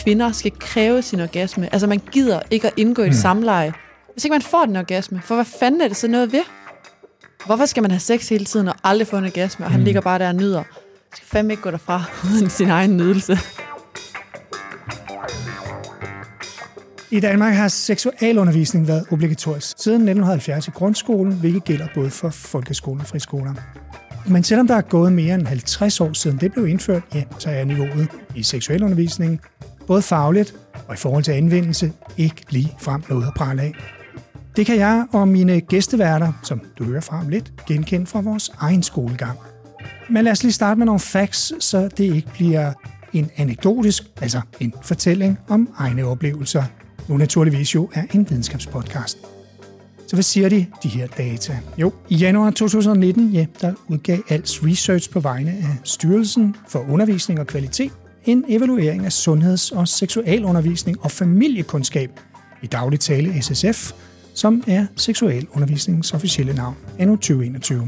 kvinder skal kræve sin orgasme. Altså, man gider ikke at indgå i et samleje, hvis ikke man får den orgasme. For hvad fanden er det så noget ved? Hvorfor skal man have sex hele tiden og aldrig få en orgasme, og han ligger bare der og nyder? Man skal fandme ikke gå derfra uden sin egen nydelse. I Danmark har seksualundervisning været obligatorisk siden 1970 i grundskolen, hvilket gælder både for folkeskoler og friskoler. Men selvom der er gået mere end 50 år siden det blev indført, ja, så er niveauet i seksualundervisningen, både fagligt og i forhold til anvendelse, ikke lige frem noget at prale af. Det kan jeg og mine gæsteværter, som du hører fra om lidt, genkende fra vores egen skolegang. Men lad os lige starte med nogle facts, så det ikke bliver en anekdotisk, altså en fortælling om egne oplevelser. Nu naturligvis jo er en videnskabspodcast. Så hvad siger de her data? Jo, i januar 2019, ja, der udgav ALS Research på vegne af Styrelsen for Undervisning og Kvalitet en evaluering af sundheds- og seksualundervisning og familiekundskab, i daglig tale SSF, som er seksualundervisningens officielle navn, anno 2021.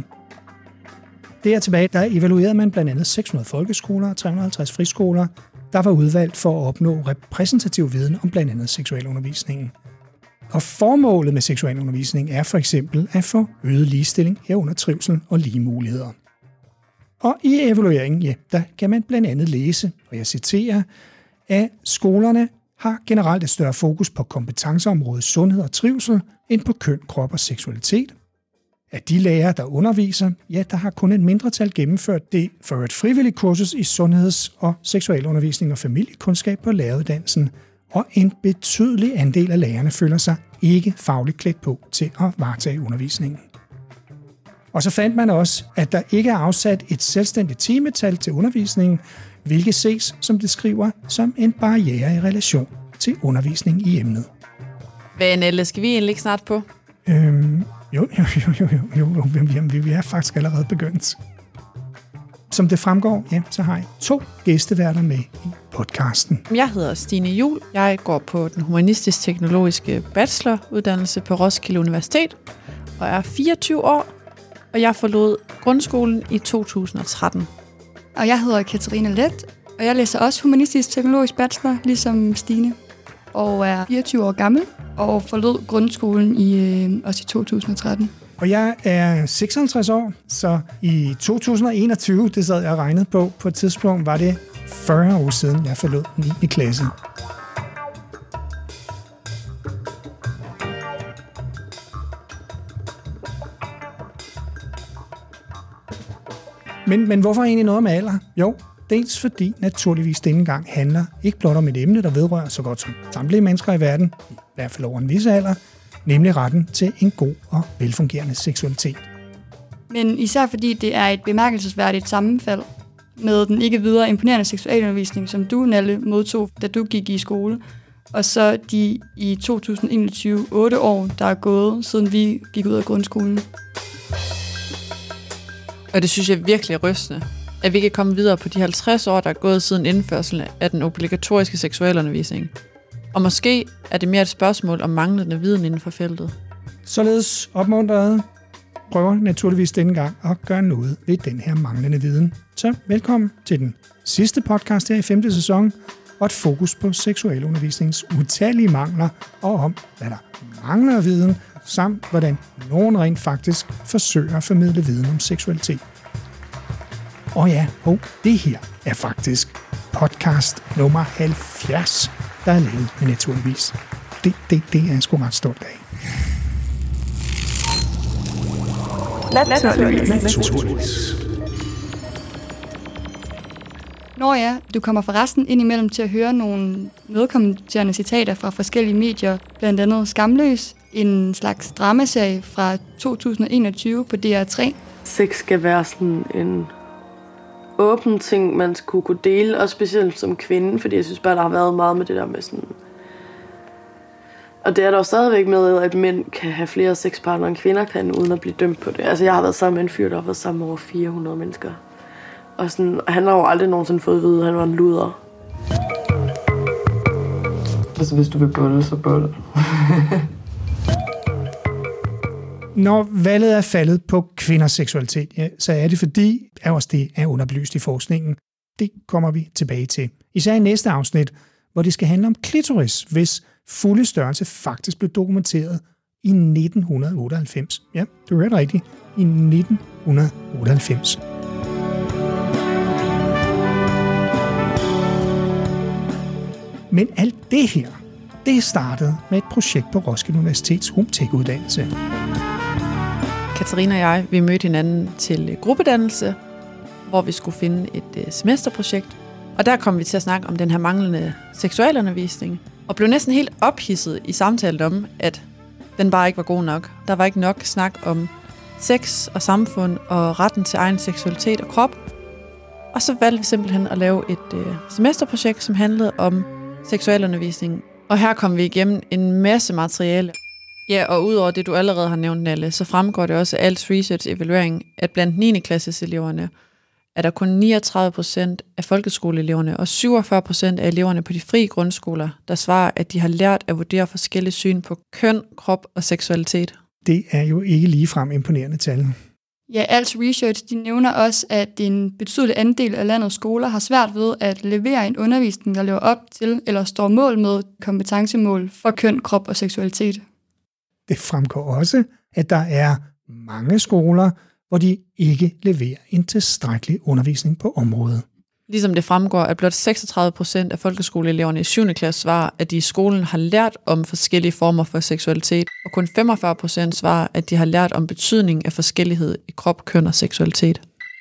Der tilbage, der evaluerede man blandt andet 600 folkeskoler og 350 friskoler, der var udvalgt for at opnå repræsentativ viden om blandt andet seksualundervisningen. Og formålet med seksualundervisning er for eksempel at få øget ligestilling herunder trivsel og lige muligheder. Og i evalueringen, ja, der kan man blandt andet læse, og jeg citerer, at skolerne har generelt et større fokus på kompetenceområdet sundhed og trivsel end på køn, krop og seksualitet. At de lærere, der underviser, ja, der har kun et mindretal gennemført det for et frivilligt kursus i sundheds- og seksualundervisning og familiekundskab på læreruddannelsen, og en betydelig andel af lærerne føler sig ikke fagligt klædt på til at varetage undervisningen. Og så fandt man også, at der ikke er afsat et selvstændigt timetal til undervisningen, hvilket ses, som det skriver, som en barriere i relation til undervisning i emnet. Hvad, Nelle, skal vi egentlig ikke snart på? Jo, vi er faktisk allerede begyndt. Som det fremgår, ja, så har jeg 2 gæsteværter med i podcasten. Jeg hedder Stine Juhl. Jeg går på den humanistisk-teknologiske bacheloruddannelse på Roskilde Universitet og er 24 år, og jeg forlod grundskolen i 2013. Og jeg hedder Katarina Let, og jeg læser også humanistisk-teknologisk bachelor, ligesom Stine, og er 24 år gammel og forlod grundskolen også i 2013. Og jeg er 56 år, så i 2021, det sad jeg og regnede på et tidspunkt, var det 40 år siden, jeg forlod 9. klasse. Men hvorfor egentlig noget om alder? Jo, dels fordi naturligvis denne gang handler ikke blot om et emne, der vedrører så godt som samtlige mennesker i verden, i hvert fald over en vis alder, nemlig retten til en god og velfungerende seksualitet. Men især fordi det er et bemærkelsesværdigt sammenfald med den ikke videre imponerende seksualundervisning, som du, Nalle, modtog, da du gik i skole, og så de i 2021 8 år, der er gået, siden vi gik ud af grundskolen. Og det synes jeg virkelig er rystende, at vi kan komme videre på de 50 år, der er gået siden indførselen af den obligatoriske seksualundervisning. Og måske er det mere et spørgsmål om manglende viden inden for feltet. Således opmuntret prøver naturligvis denne gang at gøre noget ved den her manglende viden. Så velkommen til den sidste podcast her i 5. sæson, og et fokus på seksualundervisningens utallige mangler, og om, hvad der mangler viden, samt hvordan nogen rent faktisk forsøger at formidle viden om seksualitet. Og ja, det her er faktisk podcast nummer 70, der er lavet med naturligvis. Det er jeg sgu ret stolt af. Naturligvis. Nå ja, du kommer forresten ind imellem til at høre nogle medkommenterende citater fra forskellige medier, blandt andet Skamløs, en slags dramaserie fra 2021 på DR3. Sex skal være sådan en åben ting, man skulle kunne dele, og specielt som kvinde, fordi jeg synes bare, der har været meget med det der med sådan... Og det er der jo stadigvæk med, at mænd kan have flere sexpartnere end kvinder kan, uden at blive dømt på det. Altså, jeg har været sammen med en fyr, der har været sammen med over 400 mennesker. Og sådan, han har jo aldrig nogensinde fået at vide, at han var en luder. Altså, hvis du vil bolle, så bolle. Når valget er faldet på kvinders seksualitet, ja, så er det fordi, at også det er underbelyst i forskningen. Det kommer vi tilbage til. Især i næste afsnit, hvor det skal handle om klitoris, hvis fulde størrelse faktisk blev dokumenteret i 1998. Ja, du hørte rigtigt. I 1998. Men alt det her, det startede med et projekt på Roskilde Universitets HumTech-uddannelse. Katarina og jeg, vi mødte hinanden til gruppedannelse, hvor vi skulle finde et semesterprojekt. Og der kom vi til at snakke om den her manglende seksualundervisning, og blev næsten helt ophidset i samtalen om, at den bare ikke var god nok. Der var ikke nok snak om sex og samfund og retten til egen seksualitet og krop. Og så valgte vi simpelthen at lave et semesterprojekt, som handlede om seksualundervisning. Og her kom vi igennem en masse materiale. Ja, og udover det, du allerede har nævnt, Nalle, så fremgår det også af ALS Research evaluering, at blandt 9. klasses eleverne er der kun 39% af folkeskoleeleverne og 47% af eleverne på de frie grundskoler, der svarer, at de har lært at vurdere forskellige syn på køn, krop og seksualitet. Det er jo ikke ligefrem imponerende tal. Ja, ALS Research de nævner også, at en betydelig andel af landets skoler har svært ved at levere en undervisning, der lever op til eller står mål med kompetencemål for køn, krop og seksualitet. Det fremgår også, at der er mange skoler, hvor de ikke leverer en tilstrækkelig undervisning på området. Ligesom det fremgår, at blot 36% af folkeskoleeleverne i 7. klasse svarer, at de i skolen har lært om forskellige former for seksualitet, og kun 45% svarer, at de har lært om betydning af forskellighed i krop, køn og seksualitet.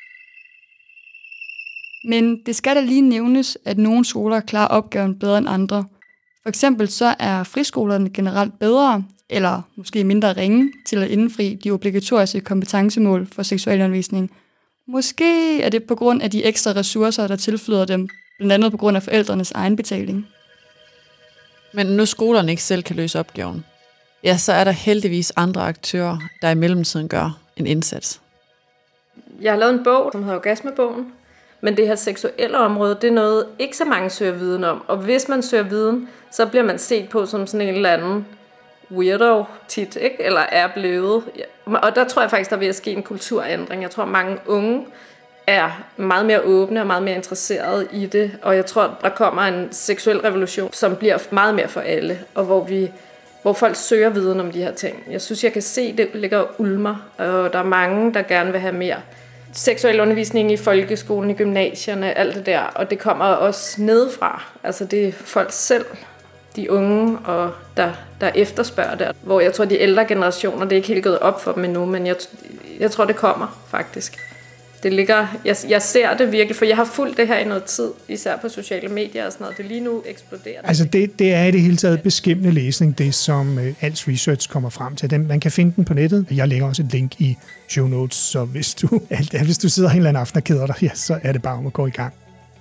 Men det skal da lige nævnes, at nogle skoler klarer opgaven bedre end andre. For eksempel så er friskolerne generelt bedre, eller måske mindre ringe, til at indfri de obligatoriske kompetencemål for seksualundervisning. Måske er det på grund af de ekstra ressourcer, der tilflyder dem, blandt andet på grund af forældrenes egenbetaling. Men nu skolerne ikke selv kan løse opgaven, ja, så er der heldigvis andre aktører, der i mellemtiden gør en indsats. Jeg har lavet en bog, som hedder Orgasmebogen, men det her seksuelle område, det er noget, ikke så mange søger viden om. Og hvis man søger viden, så bliver man set på som sådan en eller anden weirdo tit, ikke? Eller er blevet. Og der tror jeg faktisk, der er ved at ske en kulturændring. Jeg tror, mange unge er meget mere åbne og meget mere interesserede i det. Og jeg tror, der kommer en seksuel revolution, som bliver meget mere for alle, og hvor folk søger viden om de her ting. Jeg synes, jeg kan se, det ligger ulmer, og der er mange, der gerne vil have mere seksuel undervisning i folkeskolen, i gymnasierne, alt det der. Og det kommer også nedefra. Altså det er folk selv, de unge, og der efterspørger det. Hvor jeg tror, de ældre generationer, det er ikke helt gået op for dem endnu, men jeg tror, det kommer faktisk. Det ligger, jeg ser det virkelig, for jeg har fulgt det her i noget tid, især på sociale medier og sådan noget. Det lige nu eksploderer. Altså det er i det hele taget beskæmmende læsning, det som ALS Research kommer frem til. Man kan finde den på nettet. Jeg lægger også et link i show notes, så hvis du sidder en eller anden aften og keder dig, ja, så er det bare om at gå i gang.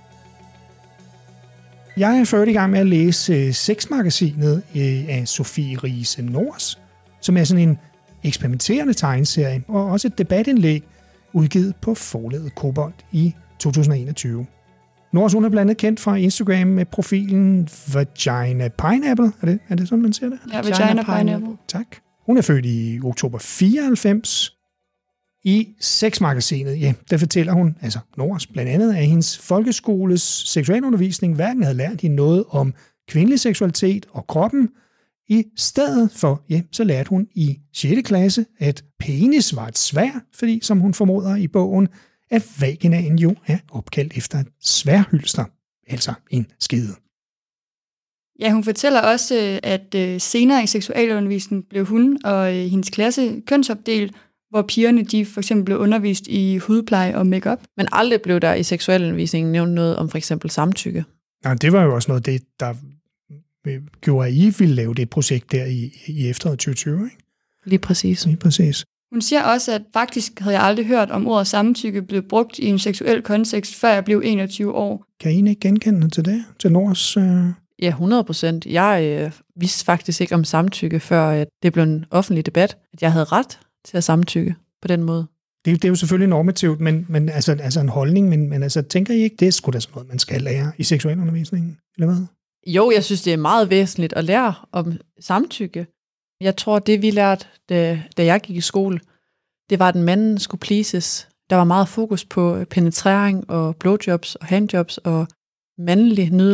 Jeg er ført i gang med at læse Sexmagasinet af Sofie Riise Nors, som er sådan en eksperimenterende tegneserie, og også et debatindlæg, udgivet på forlaget Kobolt i 2021. Nors, hun er blandt andet kendt fra Instagram med profilen Vagina Pineapple. Er det sådan, man siger det? Ja, Vagina Pineapple. Tak. Hun er født i oktober 94. I Sexmagasinet, ja, der fortæller hun, altså Nors, blandt andet, at hendes folkeskoles seksualundervisning hverken havde lært hende noget om kvindelig seksualitet og kroppen. I stedet for, ja, så lærte hun i 6. klasse, at penis var et sværd, fordi, som hun formoder i bogen, at vaginaen jo er opkaldt efter et sværdhylster, altså en skede. Ja, hun fortæller også, at senere i seksualundervisningen blev hun og hendes klasse kønsopdelt, hvor pigerne de for eksempel blev undervist i hudpleje og makeup. Men aldrig blev der i seksualundervisningen nævnt noget om for eksempel samtykke. Ja, det var jo også noget, det der gjorde, at I ville lave det projekt der i efteråret 2020, ikke? Lige præcis. Lige præcis. Hun siger også, at faktisk havde jeg aldrig hørt om ordet samtykke blev brugt i en seksuel kontekst, før jeg blev 21 år. Kan I ikke genkende til det? Til Nors? Ja, 100%. Jeg vidste faktisk ikke om samtykke, før det blev en offentlig debat, at jeg havde ret til at samtykke på den måde. Det er jo selvfølgelig normativt, men altså en holdning, men altså, tænker I ikke, det er sgu da sådan noget, man skal lære i seksualundervisningen, eller hvad? Jo, jeg synes, det er meget væsentligt at lære om samtykke. Jeg tror, det vi lærte, da jeg gik i skole, det var, at en mand skulle pleases. Der var meget fokus på penetrering og blowjobs og handjobs og mandlig nydelse.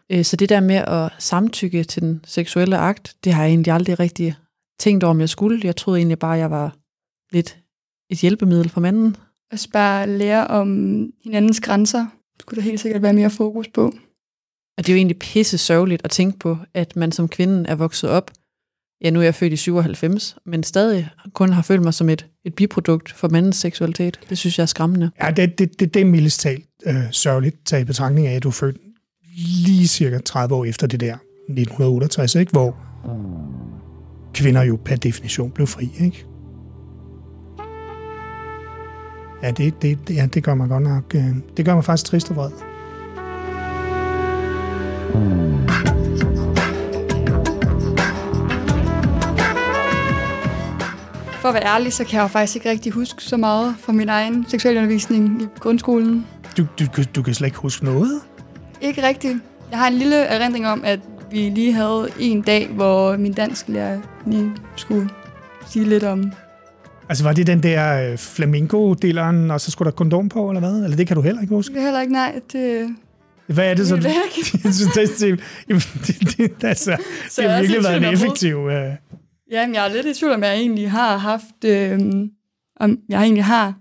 Så det der med at samtykke til den seksuelle akt, det har jeg egentlig aldrig rigtig tænkt over, om jeg skulle. Jeg troede egentlig bare, at jeg var lidt et hjælpemiddel for manden. Også bare lære om hinandens grænser. Skulle der helt sikkert være mere fokus på. Og det er jo egentlig pisse sørgeligt at tænke på, at man som kvinde er vokset op. Ja, nu er jeg født i 97, men stadig kun har følt mig som et biprodukt for mandens seksualitet. Det synes jeg er skræmmende. Ja, det er mildest talt sørgeligt, taget i betragtning af, at du er født lige cirka 30 år efter det der 1968, ikke? Hvor kvinder jo per definition blev fri, ikke? Ja, det gør mig godt nok. Det gør mig faktisk trist og vred. For at være ærlig, så kan jeg jo faktisk ikke rigtig huske så meget fra min egen seksualundervisning i grundskolen. Du kan slet ikke huske noget? Ikke rigtigt. Jeg har en lille erindring om, at vi lige havde en dag, hvor min dansklærer lige skulle sige lidt om... Altså var det den der flamingo-deleren, og så skulle der kondom på, eller hvad? Eller det kan du heller ikke huske? Det kan heller ikke, nej. Hvad er det så? Det har virkelig været en effektiv... Jamen, jeg er lidt i tvivl, om jeg egentlig har haft... om jeg egentlig har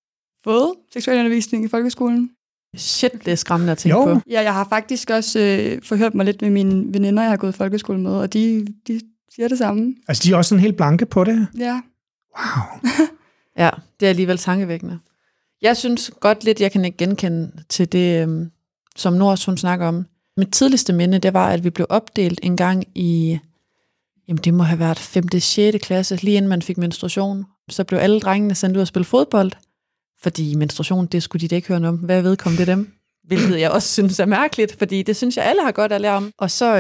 fået seksualundervisning i folkeskolen. Shit, det er skræmmende at tænke på. Ja, jeg har faktisk også forhørt mig lidt med mine veninder, jeg har gået i folkeskole med, og de siger det samme. Altså, de er også sådan helt blanke på det? Ja. Wow. Ja, det er alligevel tankevækkende. Jeg synes godt lidt, jeg kan ikke genkende til det, som Nors hun snakker om. Mit tidligste minde, det var, at vi blev opdelt en gang i... Jamen, det må have været 5. 6. klasse, lige inden man fik menstruation. Så blev alle drengene sendt ud og spille fodbold, fordi menstruation, det skulle de da ikke høre noget om. Hvad vedkom det dem? Hvilket jeg også synes er mærkeligt, fordi det synes jeg, alle har godt at lære om. Og så,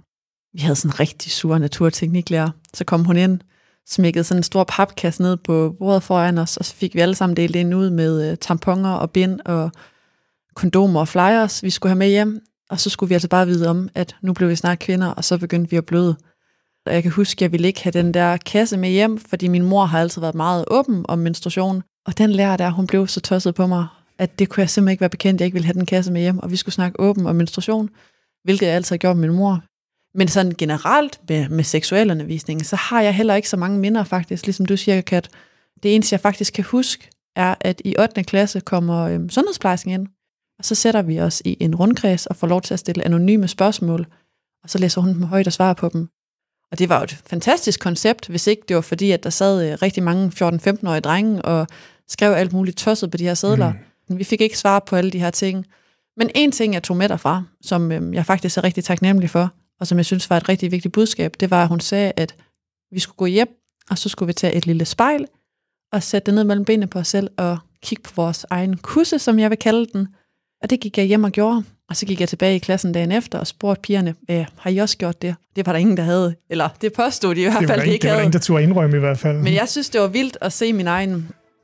vi havde sådan en rigtig sur naturtekniklærer. Så kom hun ind, smækkede sådan en stor papkasse ned på bordet foran os, og så fik vi alle sammen delt ind ud med tamponer og bind og kondomer og flyers, vi skulle have med hjem. Og så skulle vi altså bare vide om, at nu blev vi snart kvinder, og så begyndte vi at bløde. Og jeg kan huske, at jeg ville ikke have den der kasse med hjem, fordi min mor har altid været meget åben om menstruation. Og den lærer der, hun blev så tosset på mig, at det kunne jeg simpelthen ikke være bekendt, at jeg ikke ville have den kasse med hjem. Og vi skulle snakke åben om menstruation, hvilket jeg altid har gjort med min mor. Men sådan generelt med seksualundervisningen, så har jeg heller ikke så mange minder faktisk, ligesom du siger, Kat. Det eneste, jeg faktisk kan huske, er, at i 8. klasse kommer sundhedsplejersken ind. Og så sætter vi os i en rundkreds og får lov til at stille anonyme spørgsmål. Og så læser hun dem højt og svarer på dem. Og det var jo et fantastisk koncept, hvis ikke det var fordi, at der sad rigtig mange 14-15-årige drenge og skrev alt muligt tosset på de her sedler. Vi fik ikke svar på alle de her ting. Men en ting, jeg tog med derfra, som jeg faktisk er rigtig taknemmelig for, og som jeg synes var et rigtig vigtigt budskab, det var, at hun sagde, at vi skulle gå hjem, og så skulle vi tage et lille spejl, og sætte det ned mellem benene på os selv, og kigge på vores egen kusse, som jeg vil kalde den. Og det gik jeg hjem og gjorde. Og så gik jeg tilbage i klassen dagen efter og spurgte pigerne, har I også gjort det? Det var der ingen, der havde. Eller det påstod de i hvert fald, de ikke havde. Det var ingen, der turde indrømme i hvert fald. Men jeg synes, det var vildt at se min egen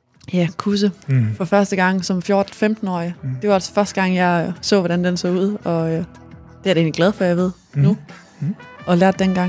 kusse for første gang som 14-15-årig. Det var altså første gang, jeg så, hvordan den så ud. Og det er jeg egentlig glad for, jeg ved nu. Og lærte dengang.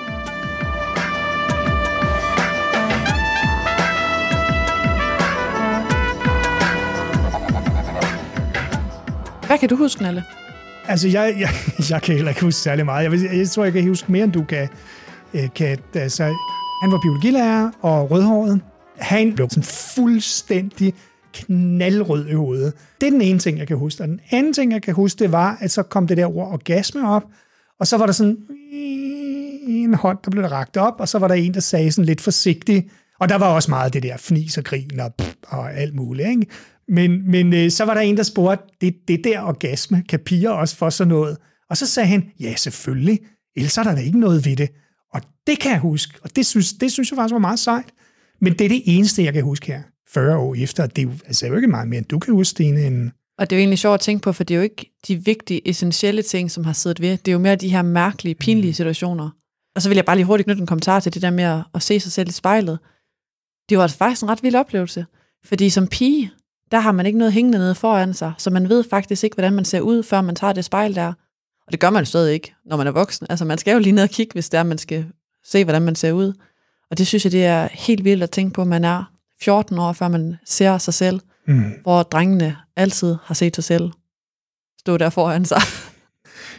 Hvad kan du huske, Nalle? Altså, jeg kan heller ikke huske særlig meget. Jeg tror, jeg kan huske mere, end du kan. Altså, han var biologilærer og rødhåret. Han blev sådan fuldstændig knaldrød i hovedet. Det er den ene ting, jeg kan huske. Og den anden ting, jeg kan huske, det var, at så kom det der ord orgasme op, og så var der sådan en hånd, der blev rakt op, og så var der en, der sagde sådan lidt forsigtigt, og der var også meget det der fnis og grin og alt muligt, ikke? Men så var der en, der spurgte, det der orgasme, kan piger også få sådan noget? Og så sagde han, ja, selvfølgelig, ellers er der da ikke noget ved det. Og det kan jeg huske, og det synes jeg faktisk var meget sejt. Men det er det eneste, jeg kan huske her, 40 år efter. Det er jo ikke meget mere, end du kan huske, Stine. Og det er jo egentlig sjovt at tænke på, for det er jo ikke de vigtige, essentielle ting, som har siddet ved. Det er jo mere de her mærkelige, pinlige situationer. Og så vil jeg bare lige hurtigt knytte en kommentar til det der med at se sig selv i spejlet. Det var faktisk en ret vild oplevelse. Fordi som pige, der har man ikke noget hængende nede foran sig, så man ved faktisk ikke, hvordan man ser ud, før man tager det spejl der. Og det gør man stadig ikke, når man er voksen. Altså man skal jo lige ned og kigge, hvis det er, man skal se, hvordan man ser ud. Og det synes jeg, det er helt vildt at tænke på, at man er 14 år, før man ser sig selv, hvor drengene altid har set sig selv stå der foran sig.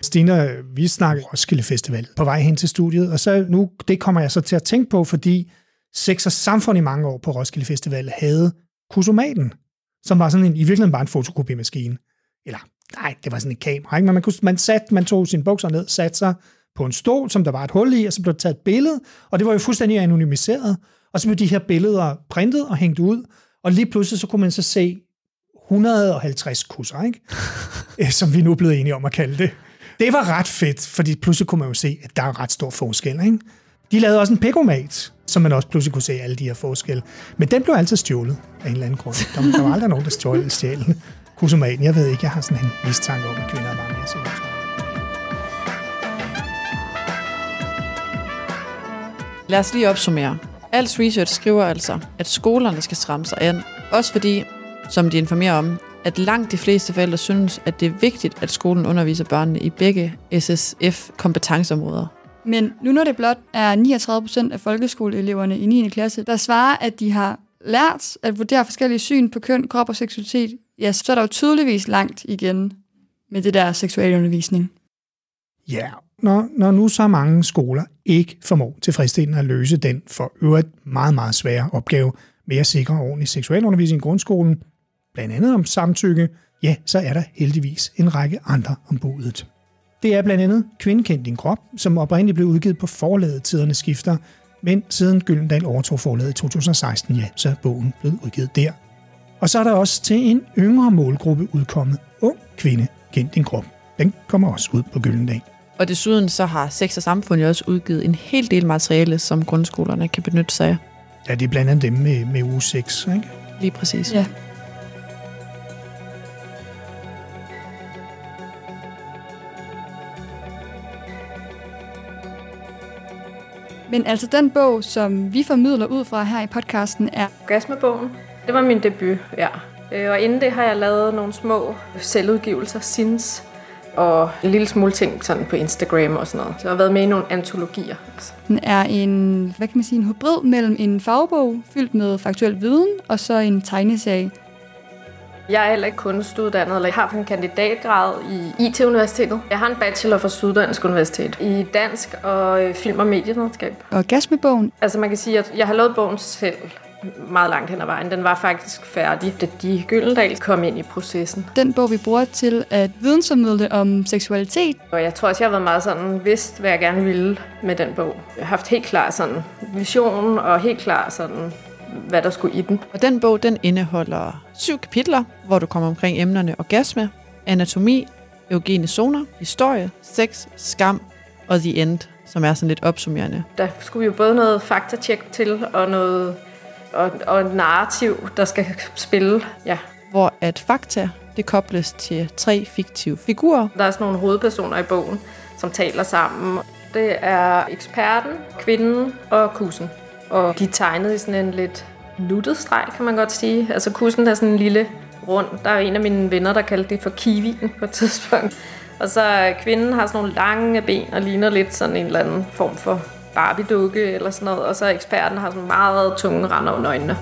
Stina, vi snakker Roskilde Festival på vej hen til studiet, og så nu, det kommer jeg så til at tænke på, fordi Sex og Samfund i mange år på Roskilde Festival havde Kusomaten, som var sådan i virkeligheden bare en fotokopimaskine. Eller, nej, det var sådan et kamera, ikke? Men man tog sine bukser ned, satte sig på en stol, som der var et hul i, og så blev der taget et billede, og det var jo fuldstændig anonymiseret, og så blev de her billeder printet og hængt ud, og lige pludselig så kunne man så se 150 kusser, ikke? Som vi nu er blevet enige om at kalde det. Det var ret fedt, fordi pludselig kunne man jo se, at der er ret stor forskel, ikke? De lavede også en pekomat, som man også pludselig kunne se alle de her forskelle. Men den blev altid stjålet af en eller anden grund. Der var aldrig nogen, der stjålet kusomaten. Jeg ved ikke, jeg har sådan en mistanke om, at kvinder er bare mere seriøse. Lad os lige opsummere. Als research skriver altså, at skolerne skal stramme sig an. Også fordi, som de informerer om, at langt de fleste forældre synes, at det er vigtigt, at skolen underviser børnene i begge SSF-kompetenceområder. Men nu når det blot er 39% af folkeskoleeleverne i 9. klasse, der svarer, at de har lært at vurdere forskellige syn på køn, krop og seksualitet, ja, så er der jo tydeligvis langt igen med det der seksualundervisning. Ja, når nu så mange skoler ikke formår tilfredsstillende at løse den for øvrigt meget, meget svære opgave med at sikre ordentlig seksualundervisning i grundskolen, blandt andet om samtykke, ja, så er der heldigvis en række andre om budet. Det er blandt andet Kvinde kendt din krop, som oprindeligt blev udgivet på forlaget Tidernes Skifter, men siden Gyldendal overtog forlaget i 2016, ja, så er bogen blevet udgivet der. Og så er der også til en yngre målgruppe udkommet Ung Kvinde kendt din krop. Den kommer også ud på Gyldendal. Og desuden så har Sex og Samfund jo også udgivet en hel del materiale, som grundskolerne kan benytte sig af. Ja, det er blandt andet dem med uge 6, ikke? Lige præcis. Ja. Men altså den bog, som vi formidler ud fra her i podcasten, er Orgasmebogen. Det var min debut, ja. Og inden det har jeg lavet nogle små selvudgivelser, sins, og en lille smule ting sådan på Instagram og sådan noget. Så jeg har været med i nogle antologier. Den er en, hvad kan man sige, en hybrid mellem en fagbog fyldt med faktuel viden og så en tegneserie. Jeg er heller ikke kunstuddannet, eller jeg har en kandidatgrad i IT-universitetet. Jeg har en bachelor fra Syddansk Universitet i dansk og film- og medievidenskab. Orgasmebogen. Altså man kan sige, at jeg har lavet bogen selv meget langt hen ad vejen. Den var faktisk færdig, da de Gyldendal kom ind i processen. Den bog, vi bruger til at vidensformidle om seksualitet. Og jeg tror også, jeg har været meget sådan vidst, hvad jeg gerne ville med den bog. Jeg har haft helt klar sådan vision og helt klar sådan hvad der skulle i den. Og den bog, den indeholder 7 kapitler, hvor du kommer omkring emnerne orgasme, anatomi, erogene zoner, historie, sex, skam og the end, som er sådan lidt opsummerende. Der skulle vi jo både noget faktatjek til og noget og et narrativ, der skal spille. Ja. Hvor at fakta, det kobles til 3 fiktive figurer. Der er sådan nogle hovedpersoner i bogen, som taler sammen. Det er eksperten, kvinden og kussen. Og de er tegnet i sådan en lidt nuttet streg, kan man godt sige. Altså kussen er sådan en lille rund. Der er en af mine venner, der kaldte det for kiwien på et tidspunkt. Og så kvinden har sådan nogle lange ben og ligner lidt sådan en eller anden form for Barbie-dukke eller sådan noget. Og så eksperten har sådan meget tunge render under øjnene.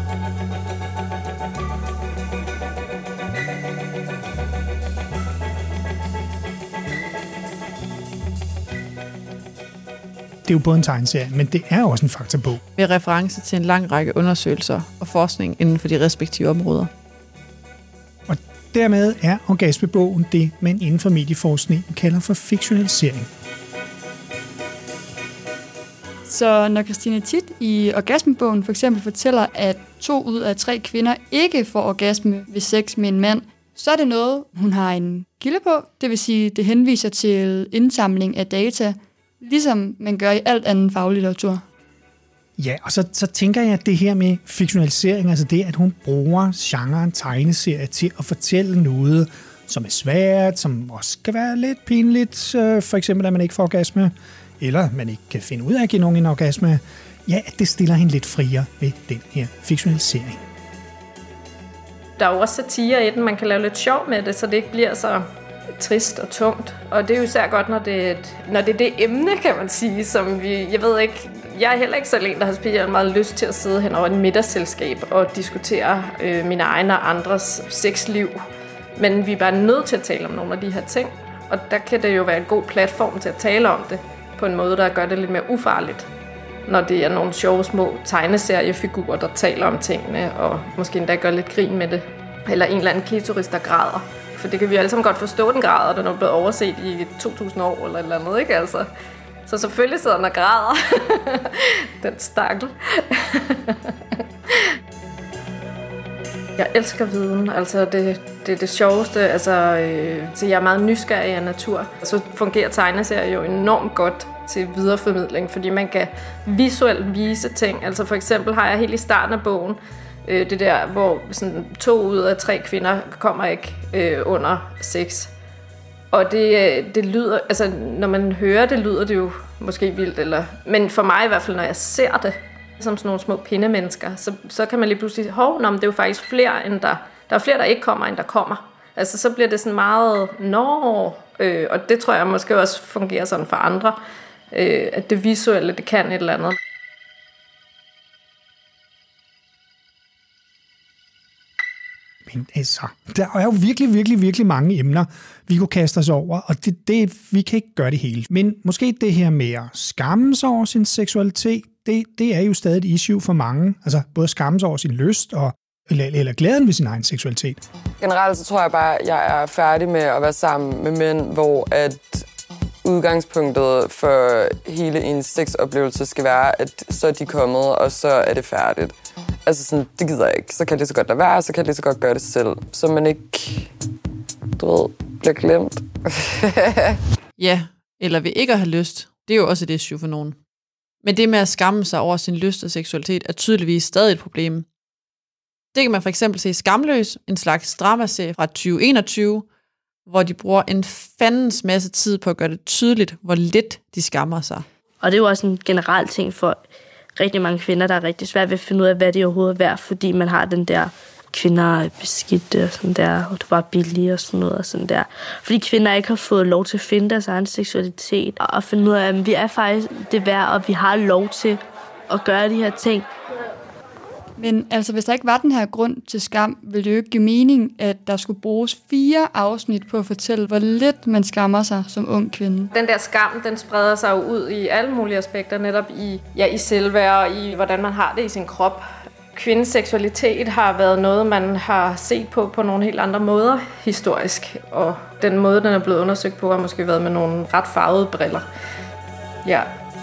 Det er jo både en tegneserie, men det er også en faktabog. Med reference til en lang række undersøgelser og forskning inden for de respektive områder. Og dermed er orgasmebogen det, man inden for medieforskningen kalder for fiktionalisering. Så når Christine Tit i orgasmebogen for eksempel fortæller, at 2 ud af 3 kvinder ikke får orgasme ved sex med en mand, så er det noget, hun har en kilde på. Det vil sige, det henviser til indsamling af data, ligesom man gør i alt anden faglitteratur. Ja, og så tænker jeg, at det her med fiktionalisering, altså det, at hun bruger genren tegneserie til at fortælle noget, som er svært, som også kan være lidt pinligt, for eksempel at man ikke får orgasme, eller man ikke kan finde ud af at give nogen en orgasme, ja, det stiller hende lidt friere ved den her fiktionalisering. Der er jo også satire i den, man kan lave lidt sjov med det, så det ikke bliver så trist og tungt. Og det er jo især godt, når det er det emne, kan man sige, som jeg ved ikke, jeg er heller ikke så en, der har specielt meget lyst til at sidde hen over et middagsselskab og diskutere mine egne og andres sexliv. Men vi er bare nødt til at tale om nogle af de her ting. Og der kan det jo være en god platform til at tale om det på en måde, der gør det lidt mere ufarligt. Når det er nogle sjove små tegneseriefigurer, der taler om tingene, og måske endda gør lidt grin med det. Eller en eller anden klitoris, der græder. For det kan vi alle sammen godt forstå, den græder, den er blevet overset i 2000 år eller et eller andet, ikke altså? Så selvfølgelig sidder den og græder. Den stakkel. Jeg elsker viden, altså det er det sjoveste, så jeg er meget nysgerrig af natur. Så fungerer tegneserier jo enormt godt til videreformidling, fordi man kan visuelt vise ting. Altså for eksempel har jeg helt i starten af bogen, det der, hvor sådan 2 ud af 3 kvinder kommer ikke under 6. Og det lyder, altså når man hører det, lyder det jo måske vildt, men for mig i hvert fald, når jeg ser det, som sådan nogle små pindemennesker, så kan man lige pludselig sige, men det er jo faktisk flere, end der er flere, der ikke kommer, end der kommer. Altså så bliver det sådan meget, og det tror jeg måske også fungerer sådan for andre, at det visuelle, det kan et eller andet. Men altså, der er jo virkelig mange emner, vi kunne kaste os over, og vi kan ikke gøre det hele. Men måske det her med at skamme sig over sin seksualitet, det er jo stadig et issue for mange. Altså både skamme sig over sin lyst eller glæden ved sin egen seksualitet. Generelt så tror jeg bare, at jeg er færdig med at være sammen med mænd, hvor at udgangspunktet for hele ens sexoplevelse skal være, at så er de kommet, og så er det færdigt. Altså sådan, det gider jeg ikke. Så kan det så godt lade være, så kan det så godt gøre det selv. Så man ikke, bliver glemt. Ja, eller ved ikke at have lyst. Det er jo også et issue for nogen. Men det med at skamme sig over sin lyst og seksualitet er tydeligvis stadig et problem. Det kan man for eksempel se i Skamløs, en slags dramaserie fra 2021, hvor de bruger en fandens masse tid på at gøre det tydeligt, hvor lidt de skammer sig. Og det er jo også en generel ting for rigtig mange kvinder, der er rigtig svært ved at finde ud af, hvad det overhovedet er værd, fordi man har den der kvinder er beskidte og sådan der, og du var billig og sådan noget og sådan der. Fordi kvinder ikke har fået lov til at finde deres egen seksualitet og finde ud af, at vi er faktisk det værd, og vi har lov til at gøre de her ting. Men altså, hvis der ikke var den her grund til skam, ville det jo ikke give mening, at der skulle bruges 4 afsnit på at fortælle, hvor lidt man skammer sig som ung kvinde. Den der skam, den spreder sig jo ud i alle mulige aspekter, netop i selvværd og i, hvordan man har det i sin krop. Kvindens seksualitet har været noget, man har set på nogle helt andre måder historisk, og den måde, den er blevet undersøgt på, har måske været med nogle ret farvede briller. Ja.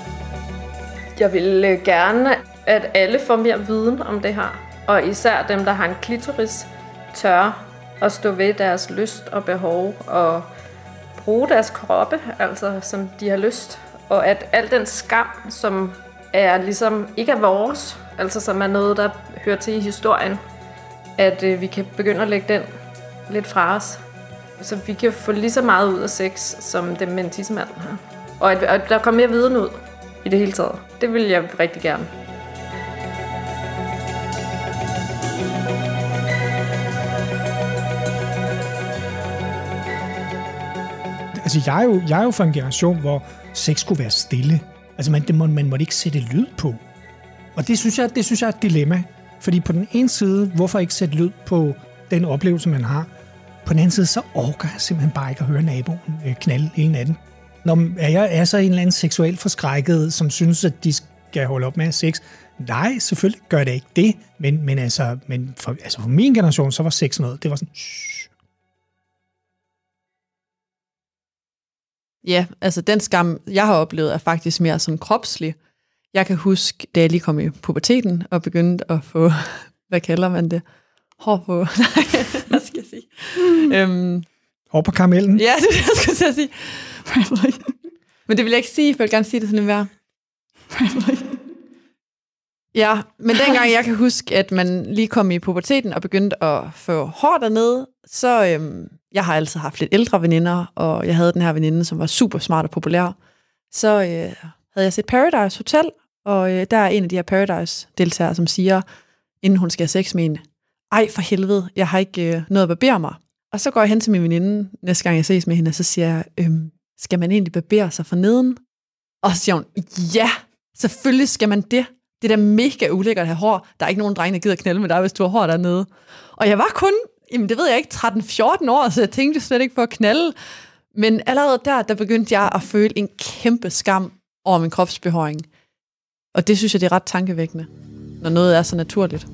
Jeg vil gerne, at alle får mere viden om det her, og især dem, der har en klitoris, tør at stå ved deres lyst og behov, og bruge deres kroppe, altså som de har lyst, og at al den skam, som er ligesom ikke er vores, altså som er noget, der hører til i historien, at vi kan begynde at lægge den lidt fra os. Så vi kan få lige så meget ud af sex, som dem med en tissemand har. Og at der kommer mere viden ud i det hele taget. Det vil jeg rigtig gerne. Altså, jeg er jo fra en generation, hvor sex skulle være stille. Altså, man måtte ikke sætte lyd på. Og det synes jeg er et dilemma. Fordi på den ene side, hvorfor ikke sætte lyd på den oplevelse, man har? På den anden side, så orker jeg simpelthen bare ikke at høre naboen knalde hele natten. Når jeg er så en eller anden seksuelt forskrækket, som synes, at de skal holde op med sex. Nej, selvfølgelig gør det ikke det. Men for min generation, så var sex noget. Det var sådan... Ja, altså den skam, jeg har oplevet, er faktisk mere sådan kropslig. Jeg kan huske, da jeg lige kom i puberteten og begyndte at få, hvad kalder man det? Hår på, nej, hvad skal jeg sige? Hår på karamellen? Ja, det er det, jeg skulle sige. Men det vil jeg ikke sige, for jeg vil gerne sige det sådan en vejr. Ja, men dengang jeg kan huske, at man lige kom i puberteten og begyndte at få hår dernede, så jeg har altid haft lidt ældre veninder, og jeg havde den her veninde, som var super smart og populær. Så havde jeg set Paradise Hotel, og der er en af de her Paradise-deltagere, som siger, inden hun skal have sex med en, ej for helvede, jeg har ikke noget at barbere mig. Og så går jeg hen til min veninde, næste gang jeg ses med hende, og så siger jeg, skal man egentlig barbere sig for neden? Og så siger hun, ja, selvfølgelig skal man det. Det er da mega ulækkert at have hår. Der er ikke nogen drenge, der gider knælde med dig, hvis du har hår dernede. Og jeg var kun, det ved jeg ikke, 13-14 år, så jeg tænkte slet ikke på at knalde. Men allerede der begyndte jeg at føle en kæmpe skam over min kropsbehåring. Og det synes jeg, det er ret tankevækkende, når noget er så naturligt.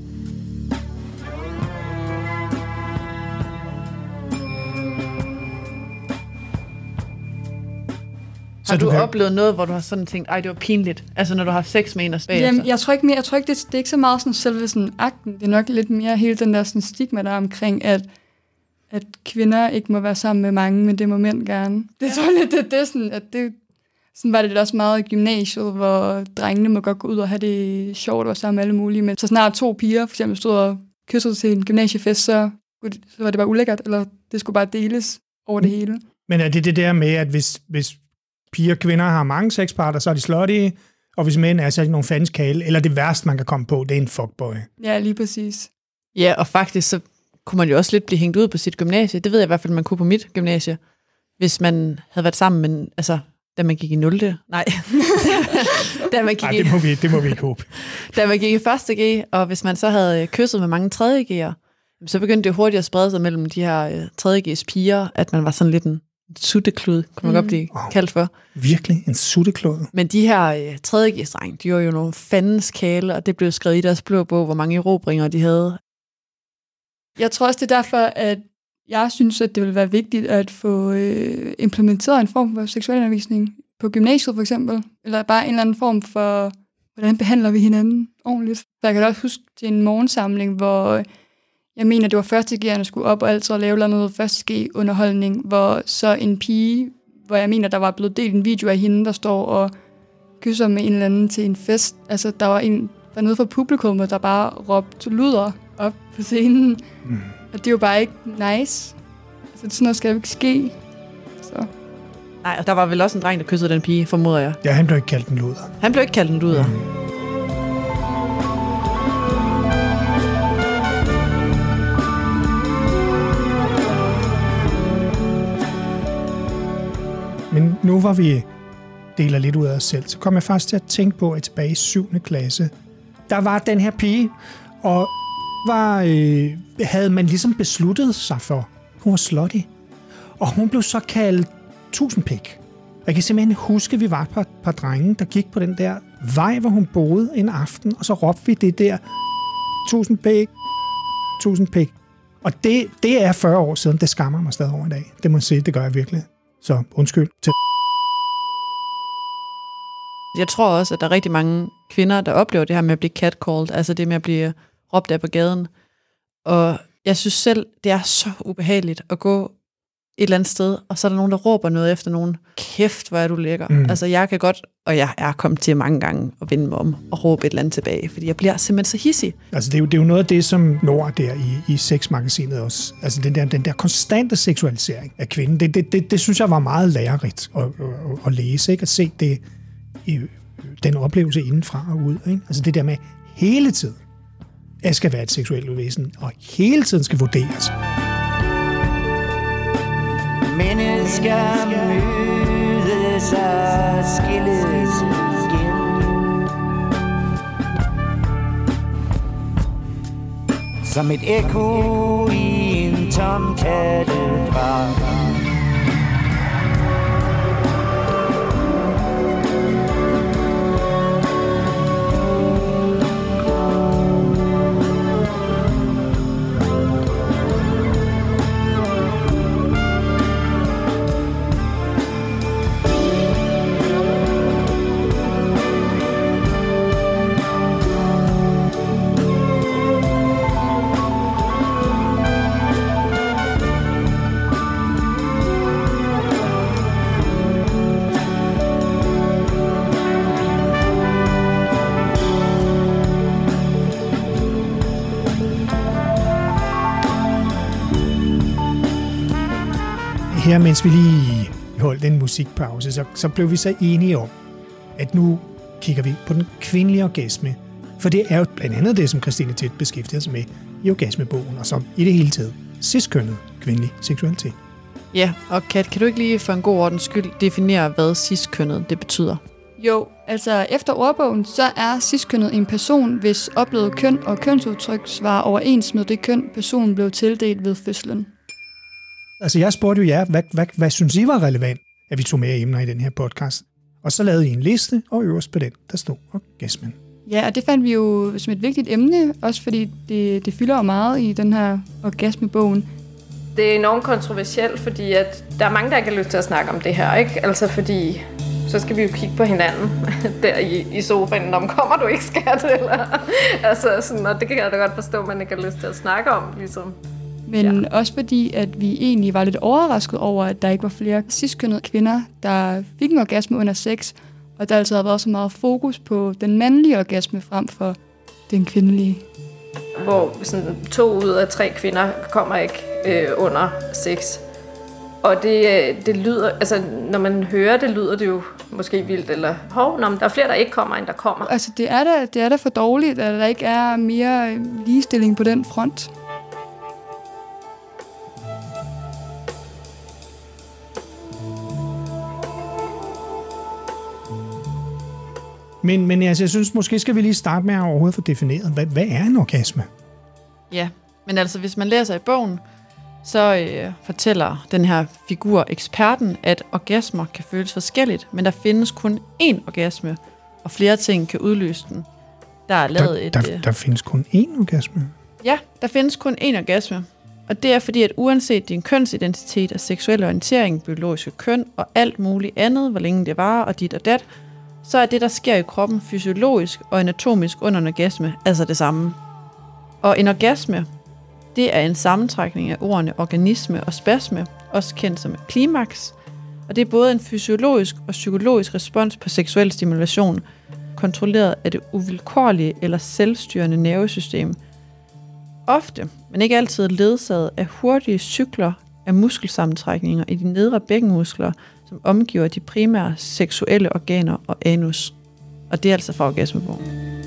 Har du oplevet noget, hvor du har sådan tænkt, ej, det var pinligt? Altså, når du har sex med en og bagefter? Jamen, jeg tror ikke, det er ikke så meget sådan selve sådan akten. Det er nok lidt mere hele den der sådan stigma, der omkring, at kvinder ikke må være sammen med mange, men det må mænd gerne. Det tror jeg lidt, det er sådan, at det... Sådan var det også meget i gymnasiet, hvor drengene må godt gå ud og have det sjovt og være sammen med alle mulige. Men så snart 2 piger for eksempel stod og kyssede til en gymnasiefest, så var det bare ulækkert, eller det skulle bare deles over det hele. Men er det der med, at hvis piger og kvinder har mange sexpartner, så er de slutty, og hvis mænd er, så er de nogle fandens kale, eller det værste, man kan komme på, det er en fuckboy. Ja, lige præcis. Ja, og faktisk så kunne man jo også lidt blive hængt ud på sit gymnasie. Det ved jeg i hvert fald, man kunne på mit gymnasie. Hvis man havde været sammen, men altså, da man gik i 0. Nej. Det må vi ikke håbe. Da man gik i 1. G, og hvis man så havde kysset med mange 3. G'er, så begyndte det hurtigt at sprede sig mellem de her 3. G's piger, at man var sådan lidt en sutteklud, kunne man godt blive kaldt for. Virkelig en sutteklud. Men de her 3. G's-drenge, de var jo nogle fandens kale, og det blev skrevet i deres blå bog, hvor mange erobringer de havde. Jeg tror også, det er derfor, at jeg synes, at det vil være vigtigt at få implementeret en form for seksualundervisning på gymnasiet for eksempel, eller bare en eller anden form for, hvordan behandler vi hinanden ordentligt. Så jeg kan også huske til en morgensamling, hvor jeg mener, det var 1. G'erne skulle op og altid lave noget 1. G-underholdning, hvor så en pige, hvor jeg mener, der var blevet delt en video af hende, der står og kysser med en eller anden til en fest. Altså, der var noget fra publikummet, der bare råbte luder op på scenen. Og det er jo bare ikke nice. Altså, sådan noget skal jo ikke ske. Så. Nej, og der var vel også en dreng, der kyssede den pige, formoder jeg. Ja, han blev ikke kaldt en luder. Han blev ikke kaldt en luder. Men nu hvor vi deler lidt ud af os selv, så kom jeg faktisk til at tænke på, at tilbage i 7. klasse, der var den her pige, og havde man ligesom besluttet sig for, hun var slutty. Og hun blev så kaldt tusindpik. Jeg kan simpelthen huske, at vi var et par drenge, der gik på den der vej, hvor hun boede en aften, og så råbte vi det der tusindpik. Og det er 40 år siden, det skammer mig stadig over i dag. Det må jeg sige, det gør jeg virkelig. Så undskyld til. Jeg tror også, at der er rigtig mange kvinder, der oplever det her med at blive catcalled, altså det med at blive råbt af på gaden. Og jeg synes selv, det er så ubehageligt at gå et eller andet sted, og så er der nogen, der råber noget efter nogen. Kæft, hvor er du lækker. Altså jeg kan godt, og jeg er kommet til mange gange at vende mig om og råbe et eller andet tilbage, fordi jeg bliver simpelthen så hissig. Altså det er jo noget af det, som Nord der i sexmagasinet også, altså den der konstante seksualisering af kvinden, det synes jeg var meget lærerigt at læse, ikke? At se det, den oplevelse indenfra og ud, ikke? Altså det der med hele tiden, at skal være et seksuelt væsen, og hele tiden skal vurderes. Mennesker mødes og skilles igen. Som et ekko i en tom kattedrak. Her, mens vi lige holdt en musikpause, så blev vi så enige om, at nu kigger vi på den kvindelige orgasme. For det er jo blandt andet det, som Christine Tit beskæftiger sig med i orgasmebogen, og som i det hele taget cis-kønnet kvindelig seksualitet. Ja, og Kat, kan du ikke lige for en god ordens skyld definere, hvad cis-kønnet det betyder? Jo, altså efter ordbogen, så er cis-kønnet en person, hvis oplevet køn og kønsudtryk svarer overens med det køn, personen blev tildelt ved fødslen. Altså, jeg spurgte jo jer, hvad synes I var relevant, at vi tog mere emner i den her podcast? Og så lavede I en liste, og øverst på den, der stod orgasmen. Ja, og det fandt vi jo som et vigtigt emne, også fordi det fylder jo meget i den her orgasmebogen. Det er enormt kontroversielt, fordi at der er mange, der ikke har lyst til at snakke om det her, ikke? Altså fordi, så skal vi jo kigge på hinanden der i sofaen, om kommer du ikke, skat? Eller, altså sådan, og det kan jeg da godt forstå, at man ikke har lyst til at snakke om, ligesom. Men også fordi, at vi egentlig var lidt overrasket over, at der ikke var flere cis-kønnede kvinder, der fik en orgasme under sex, og der altså har været så meget fokus på den mandlige orgasme frem for den kvindelige. Hvor sådan 2 ud af 3 kvinder kommer ikke under sex. Og det lyder, altså når man hører det, lyder det jo måske vildt, eller der er flere, der ikke kommer, end der kommer. Altså det er da for dårligt, at der ikke er mere ligestilling på den front. Men altså, jeg synes, måske skal vi lige starte med at overhovedet få defineret, hvad er en orgasme? Ja, men altså, hvis man læser i bogen, så fortæller den her figur, eksperten, at orgasmer kan føles forskelligt, men der findes kun én orgasme, og flere ting kan udløse den. Der er lavet der findes kun én orgasme? Ja, der findes kun én orgasme. Og det er fordi, at uanset din kønsidentitet og seksuel orientering, biologiske køn og alt muligt andet, hvor længe det varer og dit og dat, så er det, der sker i kroppen fysiologisk og anatomisk under en orgasme, altså det samme. Og en orgasme, det er en sammentrækning af ordene organisme og spasme, også kendt som klimaks. Og det er både en fysiologisk og psykologisk respons på seksuel stimulation, kontrolleret af det uvilkårlige eller selvstyrende nervesystem. Ofte, men ikke altid ledsaget af hurtige cykler af muskelsammentrækninger i de nedre bækkenmuskler, som omgiver de primære seksuelle organer og anus. Og det er altså fra orgasmebogen.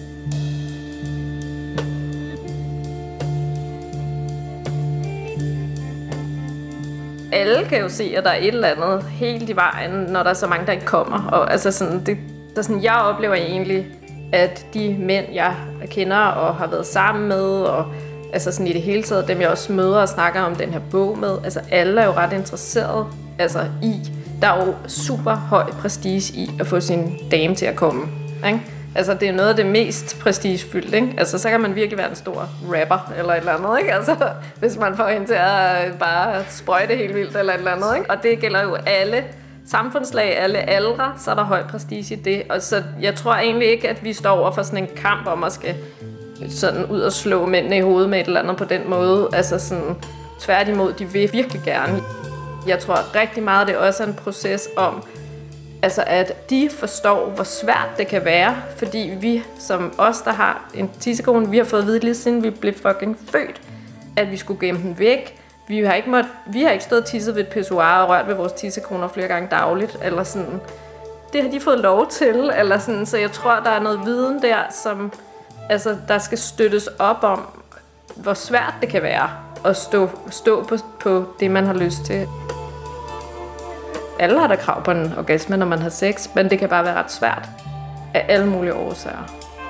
Alle kan jo se, at der er et eller andet helt i vejen, når der er så mange, der ikke kommer. Og altså sådan, jeg oplever egentlig, at de mænd, jeg kender og har været sammen med, og altså sådan i det hele taget, dem jeg også møder og snakker om den her bog med, altså alle er jo ret interesserede i. Der er jo super høj prestige i at få sin dame til at komme, ikke? Altså, det er noget af det mest prestigefyldte, ikke? Altså, så kan man virkelig være en stor rapper, eller et eller andet, ikke? Altså, hvis man får hende til at bare sprøjte helt vildt, eller et eller andet, ikke? Og det gælder jo alle samfundslag, alle aldre, så er der høj prestige i det. Og så jeg tror egentlig ikke, at vi står over for sådan en kamp om at skal sådan ud og slå mændene i hovedet med et eller andet på den måde. Altså sådan, tværtimod, de vil virkelig gerne. Jeg tror rigtig meget, det også er en proces om, altså at de forstår, hvor svært det kan være, fordi vi, som os, der har en tissekone, vi har fået at vide lige siden vi blev fucking født, at vi skulle gemme den væk. Vi har ikke stået og tisset ved et pissoir og rørt ved vores tissekoner flere gange dagligt, eller sådan. Det har de fået lov til, eller sådan. Så jeg tror, der er noget viden der, som altså, der skal støttes op om, hvor svært det kan være at stå på det, man har lyst til. Alle har der krav på en orgasme, når man har sex, men det kan bare være ret svært af alle mulige årsager.